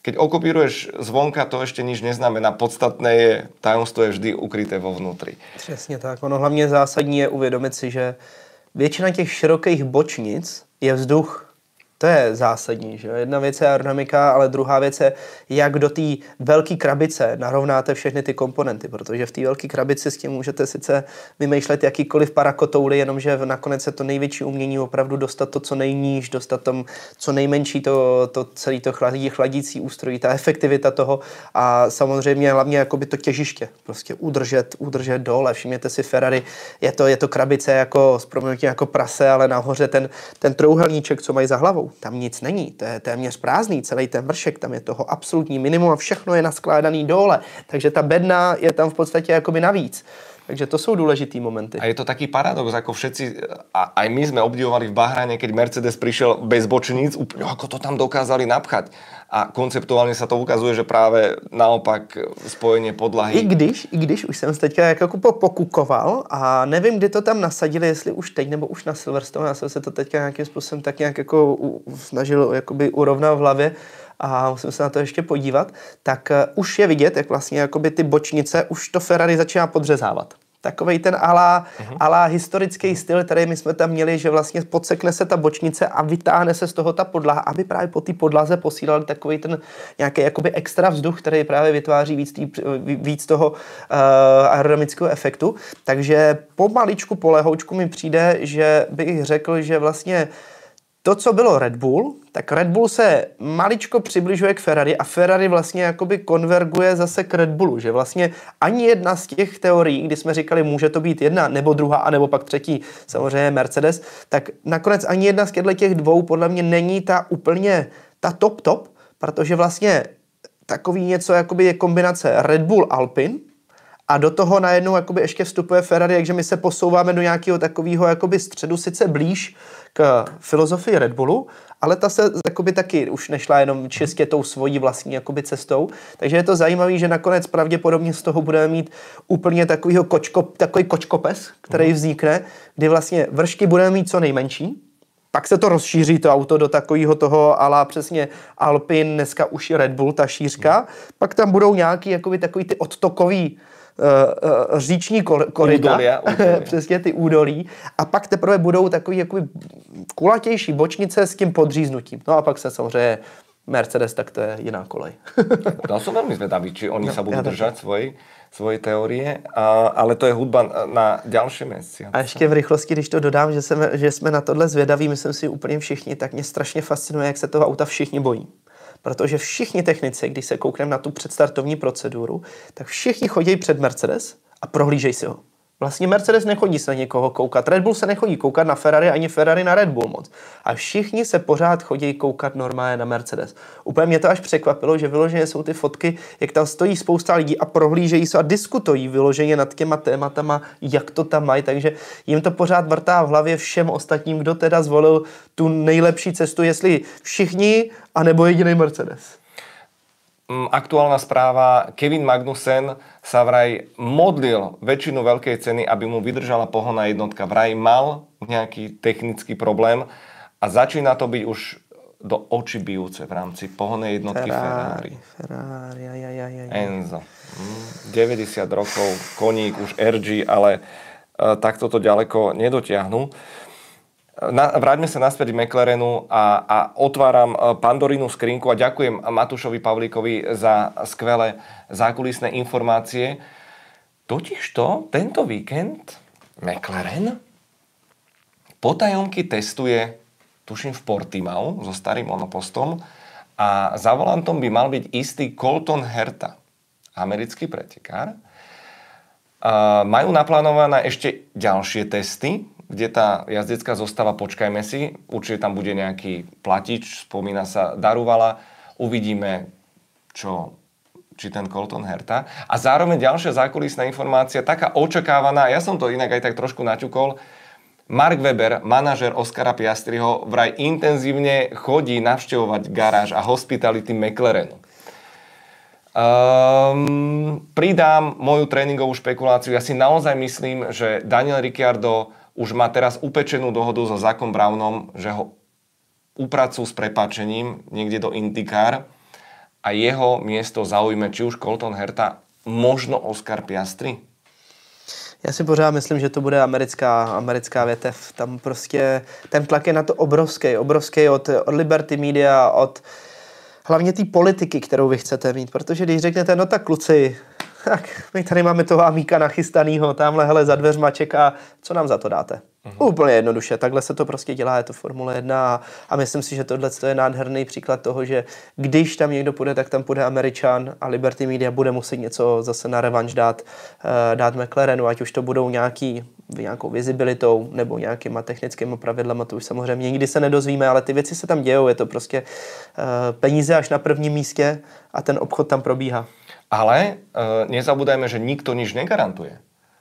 keď okopíruješ zvonka, to ešte nič neznamená. Podstatné je, tajomstvo je vždy ukryté vo vnútri. Přesně tak. Ono hlavně zásadní je uvědomit si, že většina těch širokých bočnic je vzduch. To je zásadní, že jedna věc je aerodynamika, ale druhá věc je, jak do té velké krabice narovnáte všechny ty komponenty, protože v té velké krabici s tím můžete sice vymýšlet jakýkoliv parakotouly, jenomže nakonec je to největší umění opravdu dostat to, co nejníž, dostat tam co nejmenší to, to celé to chladí, chladící ústrojí, ta efektivita toho a samozřejmě hlavně jakoby to těžiště, prostě udržet, udržet dole. Všimněte si Ferrari, je to, je to krabice jako, s proměnutím jako prase, ale nahoře ten, ten trouhelníček, co mají za hlavou. Tam nic není, to je téměř prázdný, celý ten vršek, tam je toho absolutní minimum a všechno je naskládaný dole, takže ta bedna je tam v podstatě jakoby navíc. Takže to jsou důležitý momenty. A je to taký paradox, ako všetci, a aj my sme obdivovali v Bahrajne, keď Mercedes prišiel bez bočníc, úplne ako to tam dokázali napchať. A konceptuálne sa to ukazuje, že práve naopak spojenie podlahy. I když, i když už jsem se teďka jako pokukoval a nevím, kdy to tam nasadili, jestli už teď nebo už na Silverstone, já jsem se to teďka nějakým způsobem tak nějak jako u, snažil jakoby urovnat v hlavě a musím se na to ještě podívat, tak uh, už je vidět, jak vlastně jakoby ty bočnice už to Ferrari začíná podřezávat. Takovej ten ala, uh-huh. ala historický styl, který my jsme tam měli, že vlastně podsekne se ta bočnice a vytáhne se z toho ta podlaha, aby právě po té podlaze posílali takový ten nějaký jakoby extra vzduch, který právě vytváří víc, tý, víc toho uh, aerodynamického efektu. Takže pomaličku, po lehoučku mi přijde, že bych řekl, že vlastně to, co bylo Red Bull, tak Red Bull se maličko přibližuje k Ferrari a Ferrari vlastně jakoby konverguje zase k Red Bullu, že vlastně ani jedna z těch teorií, kdy jsme říkali, může to být jedna nebo druhá, anebo pak třetí, samozřejmě Mercedes, tak nakonec ani jedna z těch dvou podle mě není ta úplně ta top top, protože vlastně takový něco jakoby je kombinace Red Bull Alpine a do toho najednou jakoby ještě vstupuje Ferrari, takže my se posouváme do nějakého takového jakoby středu, sice blíž k filozofii Red Bullu, ale ta se jakoby taky už nešla jenom čistě tou svojí vlastní jakoby cestou. Takže je to zajímavé, že nakonec pravděpodobně z toho budeme mít úplně takovýho kočko, takový kočkopes, který vznikne, kdy vlastně vršky budeme mít co nejmenší, pak se to rozšíří to auto do takového toho ala přesně Alpine, dneska už Red Bull, ta šířka, pak tam budou nějaký jakoby takový ty odtokový Uh, uh, říční kor- koryta, údolia, údolia. přesně ty údolí, a pak teprve budou takový jakoby kulatější bočnice s tím podříznutím. No a pak se samozřejmě Mercedes, tak to je jiná kolej. No som veľmi zvedavý, či oni no, sa budú ja držať svojej, svojej teórie, a, ale to je hudba na ďalšie mesiace. A ještě v rychlosti, když to dodám, že jsme, že jsme na tohle zvědaví, myslím si úplně všichni, tak mě strašně fascinuje, jak se toho auta všichni bojí. Protože všichni technici, když se koukneme na tu předstartovní proceduru, tak všichni chodí před Mercedes a prohlížejí si ho. Vlastně Mercedes nechodí se na někoho koukat, Red Bull se nechodí koukat na Ferrari, ani Ferrari na Red Bull moc. A všichni se pořád chodí koukat normálně na Mercedes. Úplně mě to až překvapilo, že vyloženě jsou ty fotky, jak tam stojí spousta lidí a prohlížejí se a diskutují vyloženě nad těma tématama, jak to tam mají, takže jim to pořád vrtá v hlavě všem ostatním, kdo teda zvolil tu nejlepší cestu, jestli všichni, anebo jediný Mercedes. Aktuálna správa, Kevin Magnussen sa vraj modlil väčšinu veľkej ceny, aby mu vydržala pohonná jednotka. Vraj mal nejaký technický problém a začína to byť už do očí bijúce v rámci pohonnej jednotky Ferrari. Ferrari, aj, aj, aj, aj. Enzo. deväťdesiat rokov, koník, už er gé, ale uh, takto to ďaleko nedotiahnu. Na, vráťme sa naspäť k McLarenu a, a otváram Pandorínu skrinku a ďakujem Matúšovi Pavlíkovi za skvelé zákulisné informácie. Totižto tento víkend McLaren potajomky testuje, tuším, v Portimau so starým monopostom a za volantom by mal byť istý Colton Herta, americký pretekár. Uh, majú naplánované ešte ďalšie testy, kde tá jazdecká zostava, počkajme si, určite tam bude nejaký platič, spomína sa Daruvala, uvidíme, čo, či ten Colton Herta. A zároveň ďalšia zákulisná informácia, taká očakávaná, ja som to inak aj tak trošku naťukol, Mark Webber, manažer Oscara Piastriho, vraj intenzívne chodí navštevovať garáž a hospitality McLarenu. Um, pridám moju tréningovú špekuláciu. Ja si naozaj myslím, že Daniel Ricciardo už má teraz upečenú dohodu so Zackom Brownom, že ho upracujú s prepáčením niekde do IndyCar a jeho miesto zaujme či už Colton Herta, možno Oscar Piastri? Já si pořád myslím, že to bude americká, americká větev. Tam prostě ten tlak je na to obrovský, obrovský od, od Liberty Media, od hlavně té politiky, kterou vy chcete mít. Protože když řeknete, no tak kluci, tak my tady máme toho amíka nachystanýho, tamhle hele za dveřma čeká, co nám za to dáte? Uh-huh. Úplně jednoduše, takhle se to prostě dělá, je to Formule jedna a, a myslím si, že tohle je nádherný příklad toho, že když tam někdo půjde, tak tam půjde Američan a Liberty Media bude muset něco zase na revanš dát, uh, dát McLarenu, ať už to budou nějaký, nějakou vizibilitou nebo nějakýma technickými pravidlama, to už samozřejmě nikdy se nedozvíme, ale ty věci se tam dějou, je to prostě uh, peníze až na prvním místě a ten obchod tam probíhá. Ale uh, nezabúdajme, že nikto nič negarantuje.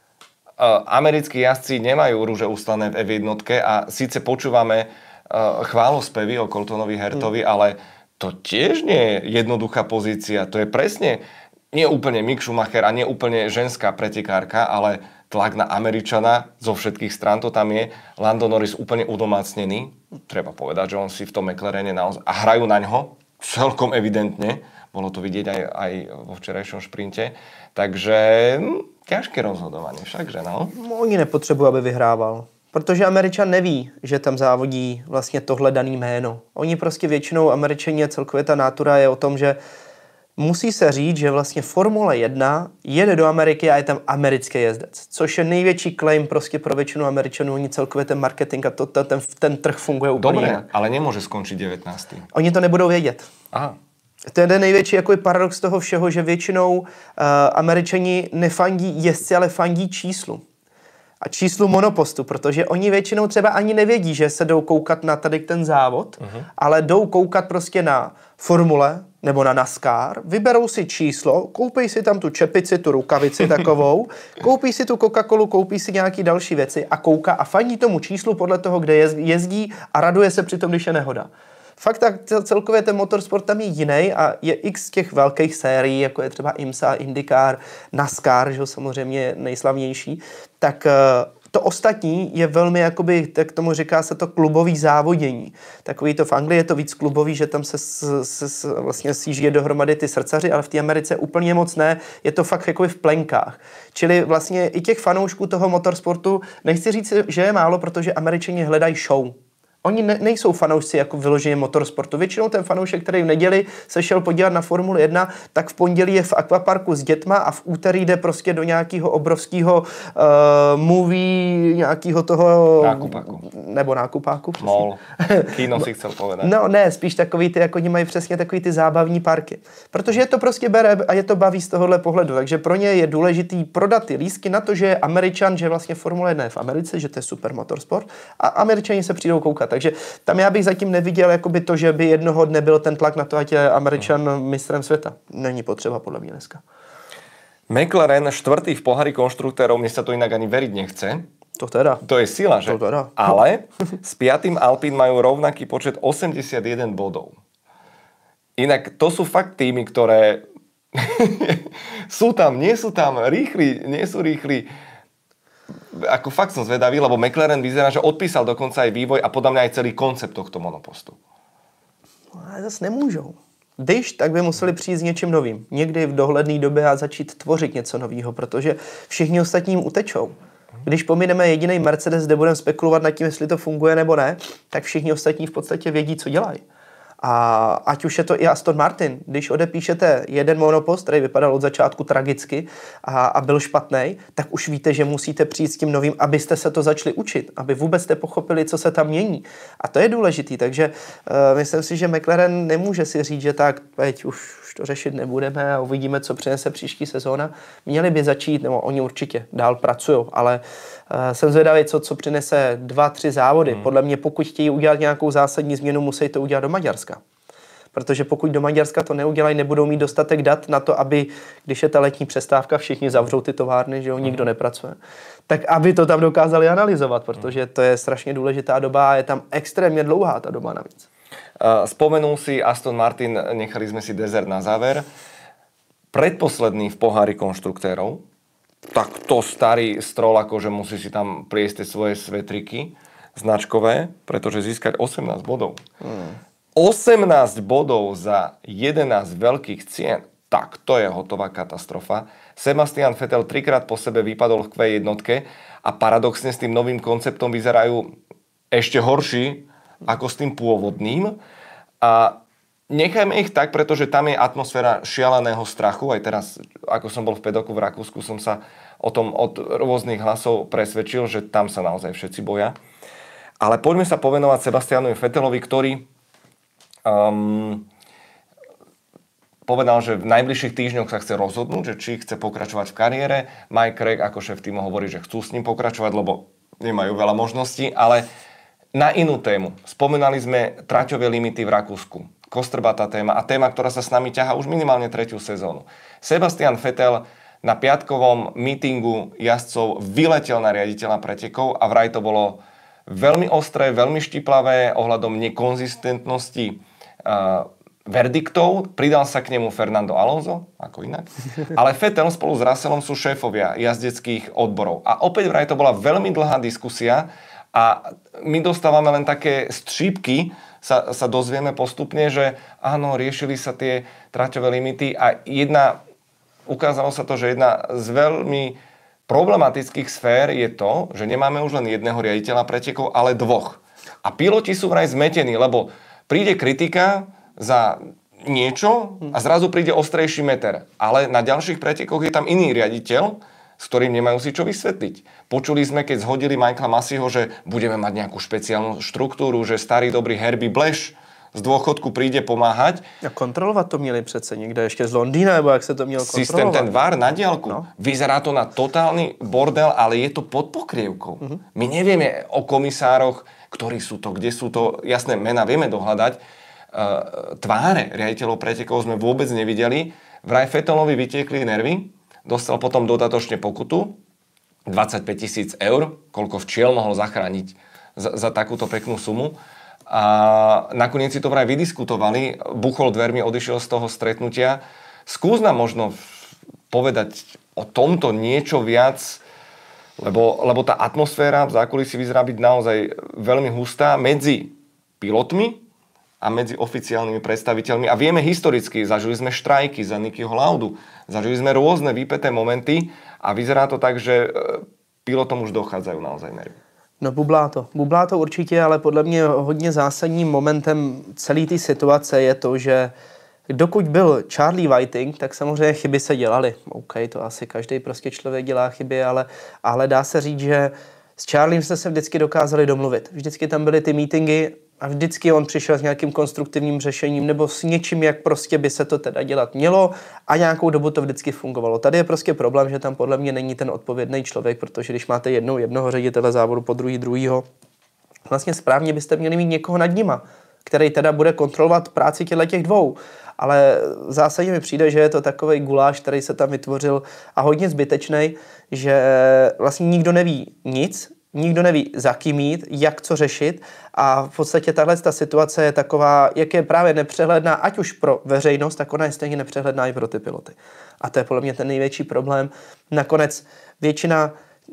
Uh, americkí jazdci nemajú rúže ustané v ef jedna a síce počúvame uh, chválospevy o Coltonovi Hertovi, hmm. ale to tiež nie je jednoduchá pozícia. To je presne nie úplne Mick Schumacher a nie úplne ženská pretekárka, ale tlak na Američana zo všetkých strán to tam je. Lando Norris úplne udomácnený. Treba povedať, že on si v tom McLarene naozaj... A hrajú na ňo celkom evidentne. Bolo to vidieť aj, aj vo včerajšom šprinte. Takže hm, ťažké rozhodovanie však, že no? Oni nepotřebují, aby vyhrával. Protože Američan neví, že tam závodí vlastně tohle daný jméno. Oni prostě většinou, Američani a celkově ta nátura je o tom, že musí se říct, že vlastně Formule jedna jede do Ameriky a je tam americký jezdec. Což je největší claim prostě pro většinu Američanů. Oni celkově ten marketing a to, to, ten, ten trh funguje úplně Dobre, jinak. ale nemůže skončit devätnásty. Oni to nebudou vědět. Aha. To je ten největší jako paradox toho všeho, že většinou uh, Američani nefandí jezdci, ale fandí číslu. A číslu monopostu, protože oni většinou třeba ani nevědí, že se jdou koukat na tady ten závod, uh-huh. ale jdou koukat prostě na formule nebo na NASCAR, vyberou si číslo, koupí si tam tu čepici, tu rukavici takovou, koupí si tu Coca-Colu, koupí si nějaký další věci a kouká a fandí tomu číslu podle toho, kde jezdí a raduje se při tom, když je nehoda. Fakt tak celkově ten motorsport tam je jiný a je x těch velkých sérií, jako je třeba IMSA, IndyCar, NASCAR, že samozřejmě nejslavnější, tak to ostatní je velmi, jakoby, tak tomu říká se to klubový závodění. Takový to v Anglii je to víc klubový, že tam se, se, se vlastně sjíždí dohromady ty srdcaři, ale v té Americe úplně moc ne, je to fakt jakoby v plenkách. Čili vlastně i těch fanoušků toho motorsportu, nechci říct, že je málo, protože Američani hledají show. Oni ne, nejsou fanoušci jako vyloženě motorsportu. Většinou ten fanoušek, který v neděli se šel podívat na Formuli jedna, tak v pondělí je v akvaparku s dětma a v úterý jde prostě do nějakého obrovského uh, movie, nějakého toho... Nákupáku. Nebo nákupáku. Mall. Kino si chcel povedať. No ne, spíš takový ty, jako oni mají přesně takový ty zábavní parky. Protože je to prostě bere a je to baví z tohohle pohledu. Takže pro ně je důležitý prodat ty lístky na to, že je Američan, že vlastně Formule jedna je v Americe, že to je super motorsport a Američani se přijdou koukat. Takže tam já bych zatím neviděl jakoby to, že by jednoho dne byl ten tlak na to, ať je Američan mistrem světa. Není potřeba podle mě dneska. McLaren štvrtý v pohári konštruktérov, mne sa to inak ani veriť nechce. To teda. To je sila, že? To teda. Ale s piatým Alpine majú rovnaký počet osemdesiatjeden bodov. Inak to sú fakt týmy, ktoré sú tam, nie sú tam, rýchli, nie sú rýchli. Ako fakt som zvedavý, lebo McLaren vyzerá, že odpísal dokonca aj vývoj a podľa mňa aj celý koncept tohto monopostu. Ale zase nemůžou. Když, tak by museli přijít s něčím novým. Někdy v dohledné době a začít tvořit něco nového, protože všichni ostatním utečou. Když pomineme jediný Mercedes, kde budeme spekulovat nad tím, jestli to funguje nebo ne, tak všichni ostatní v podstatě vědí, co dělají. A ať už je to i Aston Martin, když odepíšete jeden monopost, který vypadal od začátku tragicky a, a byl špatný, tak už víte, že musíte přijít s tím novým, abyste se to začali učit, aby vůbec jste pochopili, co se tam mění. A to je důležitý, takže uh, myslím si, že McLaren nemůže si říct, že tak, teď už, už to řešit nebudeme a uvidíme, co přinese příští sezóna. Měli by začít, nebo oni určitě dál pracují, ale uh, jsem zvědavý, co, co přinese dva, tři závody. Hmm. Podle mě, pokud chtějí udělat nějakou zásadní změnu, musí to udělat do Maďarska. Protože pokud do Maďarska to neudělají, nebudou mít dostatek dat na to, aby, když je ta letní přestávka, všichni zavřou ty továrny, že jo, nikdo nepracuje, tak aby to tam dokázali analyzovat, protože to je strašně důležitá doba a je tam extrémně dlouhá ta doba navíc. Spomenul si Aston Martin, nechali sme si Desert na záver. Predposledný v pohári konštruktérov, tak to starý Stroll, akože musí si tam pliesť svoje svetriky značkové, pretože získať osemnásť bodov. Hmm. osemnásť bodov za jedenásť veľkých cien. Tak, to je hotová katastrofa. Sebastian Vettel trikrát po sebe vypadol v kvé jednotke a paradoxne s tým novým konceptom vyzerajú ešte horší ako s tým pôvodným. A nechajme ich tak, pretože tam je atmosféra šialeného strachu. Aj teraz, ako som bol v pedoku v Rakúsku, som sa o tom od rôznych hlasov presvedčil, že tam sa naozaj všetci boja. Ale poďme sa povenovať Sebastianovi Vettelovi, ktorý um, povedal, že v najbližších týždňoch sa chce rozhodnúť, že či chce pokračovať v kariére. Mike Craig ako šéf týmu hovorí, že chcú s ním pokračovať, lebo nemajú veľa možností, ale na inú tému. Spomínali sme traťové limity v Rakúsku. Kostrbatá téma a téma, ktorá sa s nami ťahá už minimálne tretiu sezónu. Sebastian Vettel na piatkovom mítingu jazdcov vyletel na riaditeľa pretekov a vraj to bolo veľmi ostré, veľmi štiplavé ohľadom nekonzistentnosti uh, verdiktov. Pridal sa k nemu Fernando Alonso, ako inak. Ale Vettel spolu s Russellom sú šéfovia jazdeckých odborov. A opäť vraj to bola veľmi dlhá diskusia a my dostávame len také střípky, sa, sa dozvieme postupne, že áno, riešili sa tie traťové limity a jedna, ukázalo sa to, že jedna z veľmi problematických sfér je to, že nemáme už len jedného riaditeľa pretekov, ale dvoch. A piloti sú vraj zmetení, lebo príde kritika za niečo a zrazu príde ostrejší meter. Ale na ďalších pretekoch je tam iný riaditeľ, s ktorým nemajú si čo vysvetliť. Počuli sme, keď zhodili Michaela Masseyho, že budeme mať nejakú špeciálnu štruktúru, že starý dobrý Herbie Blash z dôchodku príde pomáhať. A kontrolovat to měli přece někde ještě z Londýna, nebo jak se to mělo kontrolovat? Systém ten V A R na diaľku. No. Vyzerá to na totálny bordel, ale je to pod pokrievkou. Uh-huh. My nevieme o komisároch, ktorí sú to, kde sú to. Jasné, mená vieme dohľadať. Uh, tváre riaditeľov pretekov sme vôbec nevideli. Vraj Vettelovi vytiekli nervy. Dostal potom dodatočne pokutu. dvadsaťpäť tisíc eur. Koľko včiel mohol zachrániť za, za takúto peknú sumu. A nakoniec si to vraj vydiskutovali, buchol dvermi, odišiel z toho stretnutia. Skús nám možno povedať o tomto niečo viac, lebo, lebo tá atmosféra v zákulisí vyzerá byť naozaj veľmi hustá medzi pilotmi a medzi oficiálnymi predstaviteľmi. A vieme historicky, zažili sme štrajky za Nickyho Laudu, zažili sme rôzne výpäté momenty a vyzerá to tak, že pilotom už dochádzajú naozaj nervy. No bublá to. Bublá to určitě, ale podle mě hodně zásadním momentem celé té situace je to, že dokud byl Charlie Whiting, tak samozřejmě chyby se dělaly. OK, to asi každý prostě člověk dělá chyby, ale, ale dá se říct, že s Charliem jste se vždycky dokázali domluvit. Vždycky tam byly ty meetingy a vždycky on přišel s nějakým konstruktivním řešením nebo s něčím, jak prostě by se to teda dělat mělo a nějakou dobu to vždycky fungovalo. Tady je prostě problém, že tam podle mě není ten odpovědný člověk, protože když máte jednou jednoho ředitele závodu, po druhý druhýho, vlastně správně byste měli mít někoho nad nima, který teda bude kontrolovat práci těch dvou. Ale v zásadě mi přijde, že je to takovej guláš, který se tam vytvořil a hodně zbytečnej, že vlastně nikdo neví nic, nikdo neví, za kým jít, jak co řešit a v podstatě tahle ta situace je taková, jak je právě nepřehledná, ať už pro veřejnost, tak ona je stejně nepřehledná i pro ty piloty. A to je podle mě ten největší problém. Nakonec většina,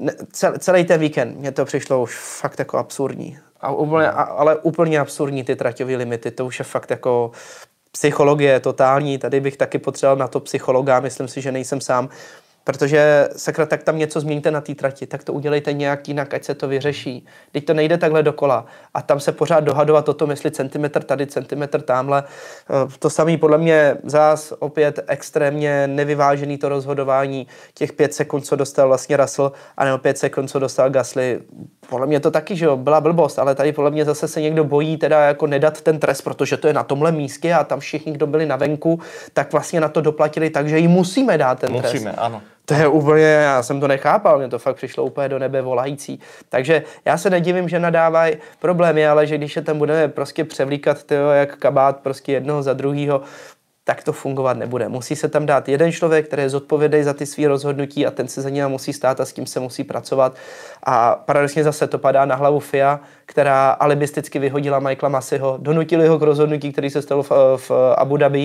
celý ten víkend, mně to přišlo už fakt jako absurdní. A úplně, ale úplně absurdní ty traťové limity, to už je fakt jako psychologie totální. Tady bych taky potřeboval na to psychologa, myslím si, že nejsem sám. Protože sakra, tak tam něco změníte na té trati, tak to udělejte nějak jinak, ať se to vyřeší. Teď to nejde takhle dokola a tam se pořád dohadovat o tom, jestli centimetr tady, centimetr tamhle. To samé podle mě zás opět extrémně nevyvážený to rozhodování. Těch pět sekund, co dostal vlastně Russell, a nebo pět sekund, co dostal Gasly. Podle mě to taky, že jo, byla blbost, ale tady podle mě zase se někdo bojí teda jako nedat ten trest, protože to je na tomhle místě a tam všichni, kdo byli na venku, tak vlastně na to doplatili, takže jí musíme dát ten musíme, trest. Musíme, ano. To je úplně, já jsem to nechápal, mě to fakt přišlo úplně do nebe volající. Takže já se nedivím, že nadávají. Problém je ale, že když se tam budeme prostě převlíkat tyjo, jak kabát prostě jednoho za druhýho, tak to fungovat nebude. Musí se tam dát jeden člověk, který je zodpovědný za ty svý rozhodnutí a ten se za ně musí stát a s tím se musí pracovat. A paradoxně zase to padá na hlavu F I A, která alibisticky vyhodila Michaela Masseyho, donutili ho k rozhodnutí, který se stalo v, v Abu Dhabi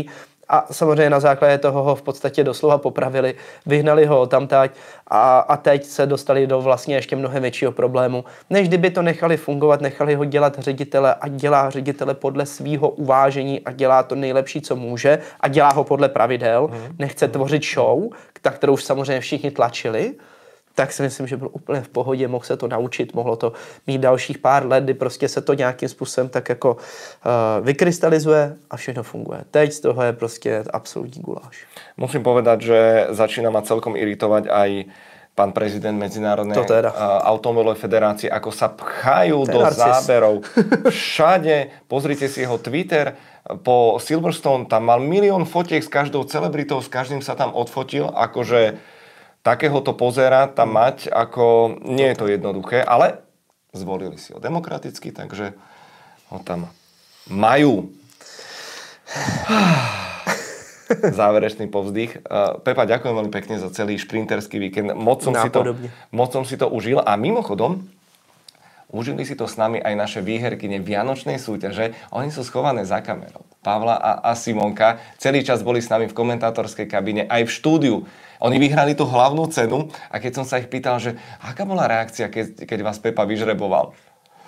A samozřejmě na základě toho ho v podstatě doslova popravili, vyhnali ho tamtať a, a teď se dostali do vlastně ještě mnohem většího problému. Než kdyby to nechali fungovat, nechali ho dělat ředitele a dělá ředitele podle svýho uvážení a dělá to nejlepší, co může a dělá ho podle pravidel, hmm. nechce tvořit show, na kterou už samozřejmě všichni tlačili, tak si myslím, že byl úplně v pohodě, mohl se to naučit, mohlo to mít dalších pár let, kdy prostě se to nějakým způsobem tak jako uh, vykrystalizuje a všechno funguje. Teď z toho je prostě absolutní guláš. Musím povedať, že začína ma celkom iritovať aj pán prezident Medzinárodnej uh, automobilovej federácie, ako sa pchajú do narcis. záberov. Všade, pozrite si jeho Twitter, po Silverstone tam mal milión fotiek s každou celebritou, s každým sa tam odfotil, akože takéhoto pozera tam mať, ako nie je to jednoduché, ale zvolili si ho demokraticky, takže ho tam majú. Záverečný povzdych. Pepa, ďakujem veľmi pekne za celý šprinterský víkend. Moc som, si to, moc som si to užil a mimochodom užili si to s nami aj naše výherkyne vianočnej súťaže. Oni sú schované za kamerou. Pavla a, a Simonka celý čas boli s nami v komentátorskej kabíne aj v štúdiu. Oni vyhrali tú hlavnú cenu a keď som sa ich pýtal, že aká bola reakcia, keď, keď vás Pepa vyžreboval?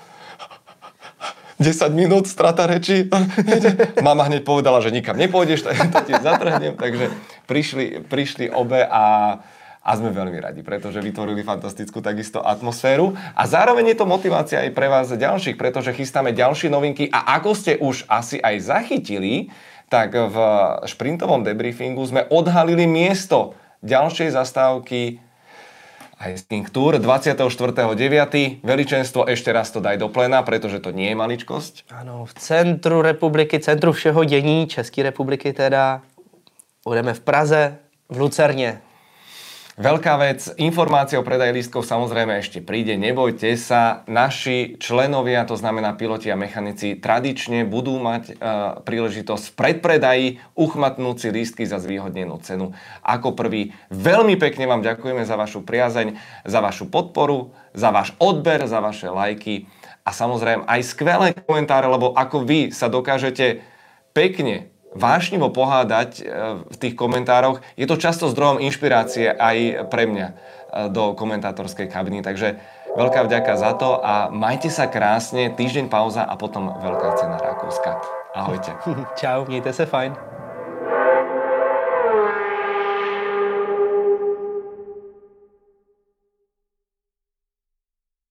desať minút, strata reči. Mama hneď povedala, že nikam nepôjdeš, tak to ti zatrhnem. Takže prišli, prišli obe a, a sme veľmi radi, pretože vytvorili fantastickú takisto atmosféru. A zároveň je to motivácia aj pre vás ďalších, pretože chystáme ďalšie novinky a ako ste už asi aj zachytili, tak v šprintovom debriefingu sme odhalili miesto ďalšej zastávky Ice King Tour dvadsiateho štvrtého deviateho Veličenstvo, ešte raz to daj do plena, pretože to nie je maličkosť. Ano, v centru republiky, centru všeho dění České republiky teda. Budeme v Praze, v Lucerně. Veľká vec, informácia o predaji lístkov samozrejme ešte príde, nebojte sa. Naši členovia, to znamená piloti a mechanici, tradične budú mať e, príležitosť v predpredaji uchmatnúť si lístky za zvýhodnenú cenu. Ako prvý, veľmi pekne vám ďakujeme za vašu priazeň, za vašu podporu, za váš odber, za vaše lajky a samozrejme aj skvelé komentáre, lebo ako vy sa dokážete pekne vášnivo pohádať v tých komentároch, je to často zdrojom inšpirácie aj pre mňa do komentátorskej kabiny. Takže veľká vďaka za to a majte sa krásne, týždeň pauza a potom veľká cena Rakúska. Ahojte. Čau, mějte se fajn.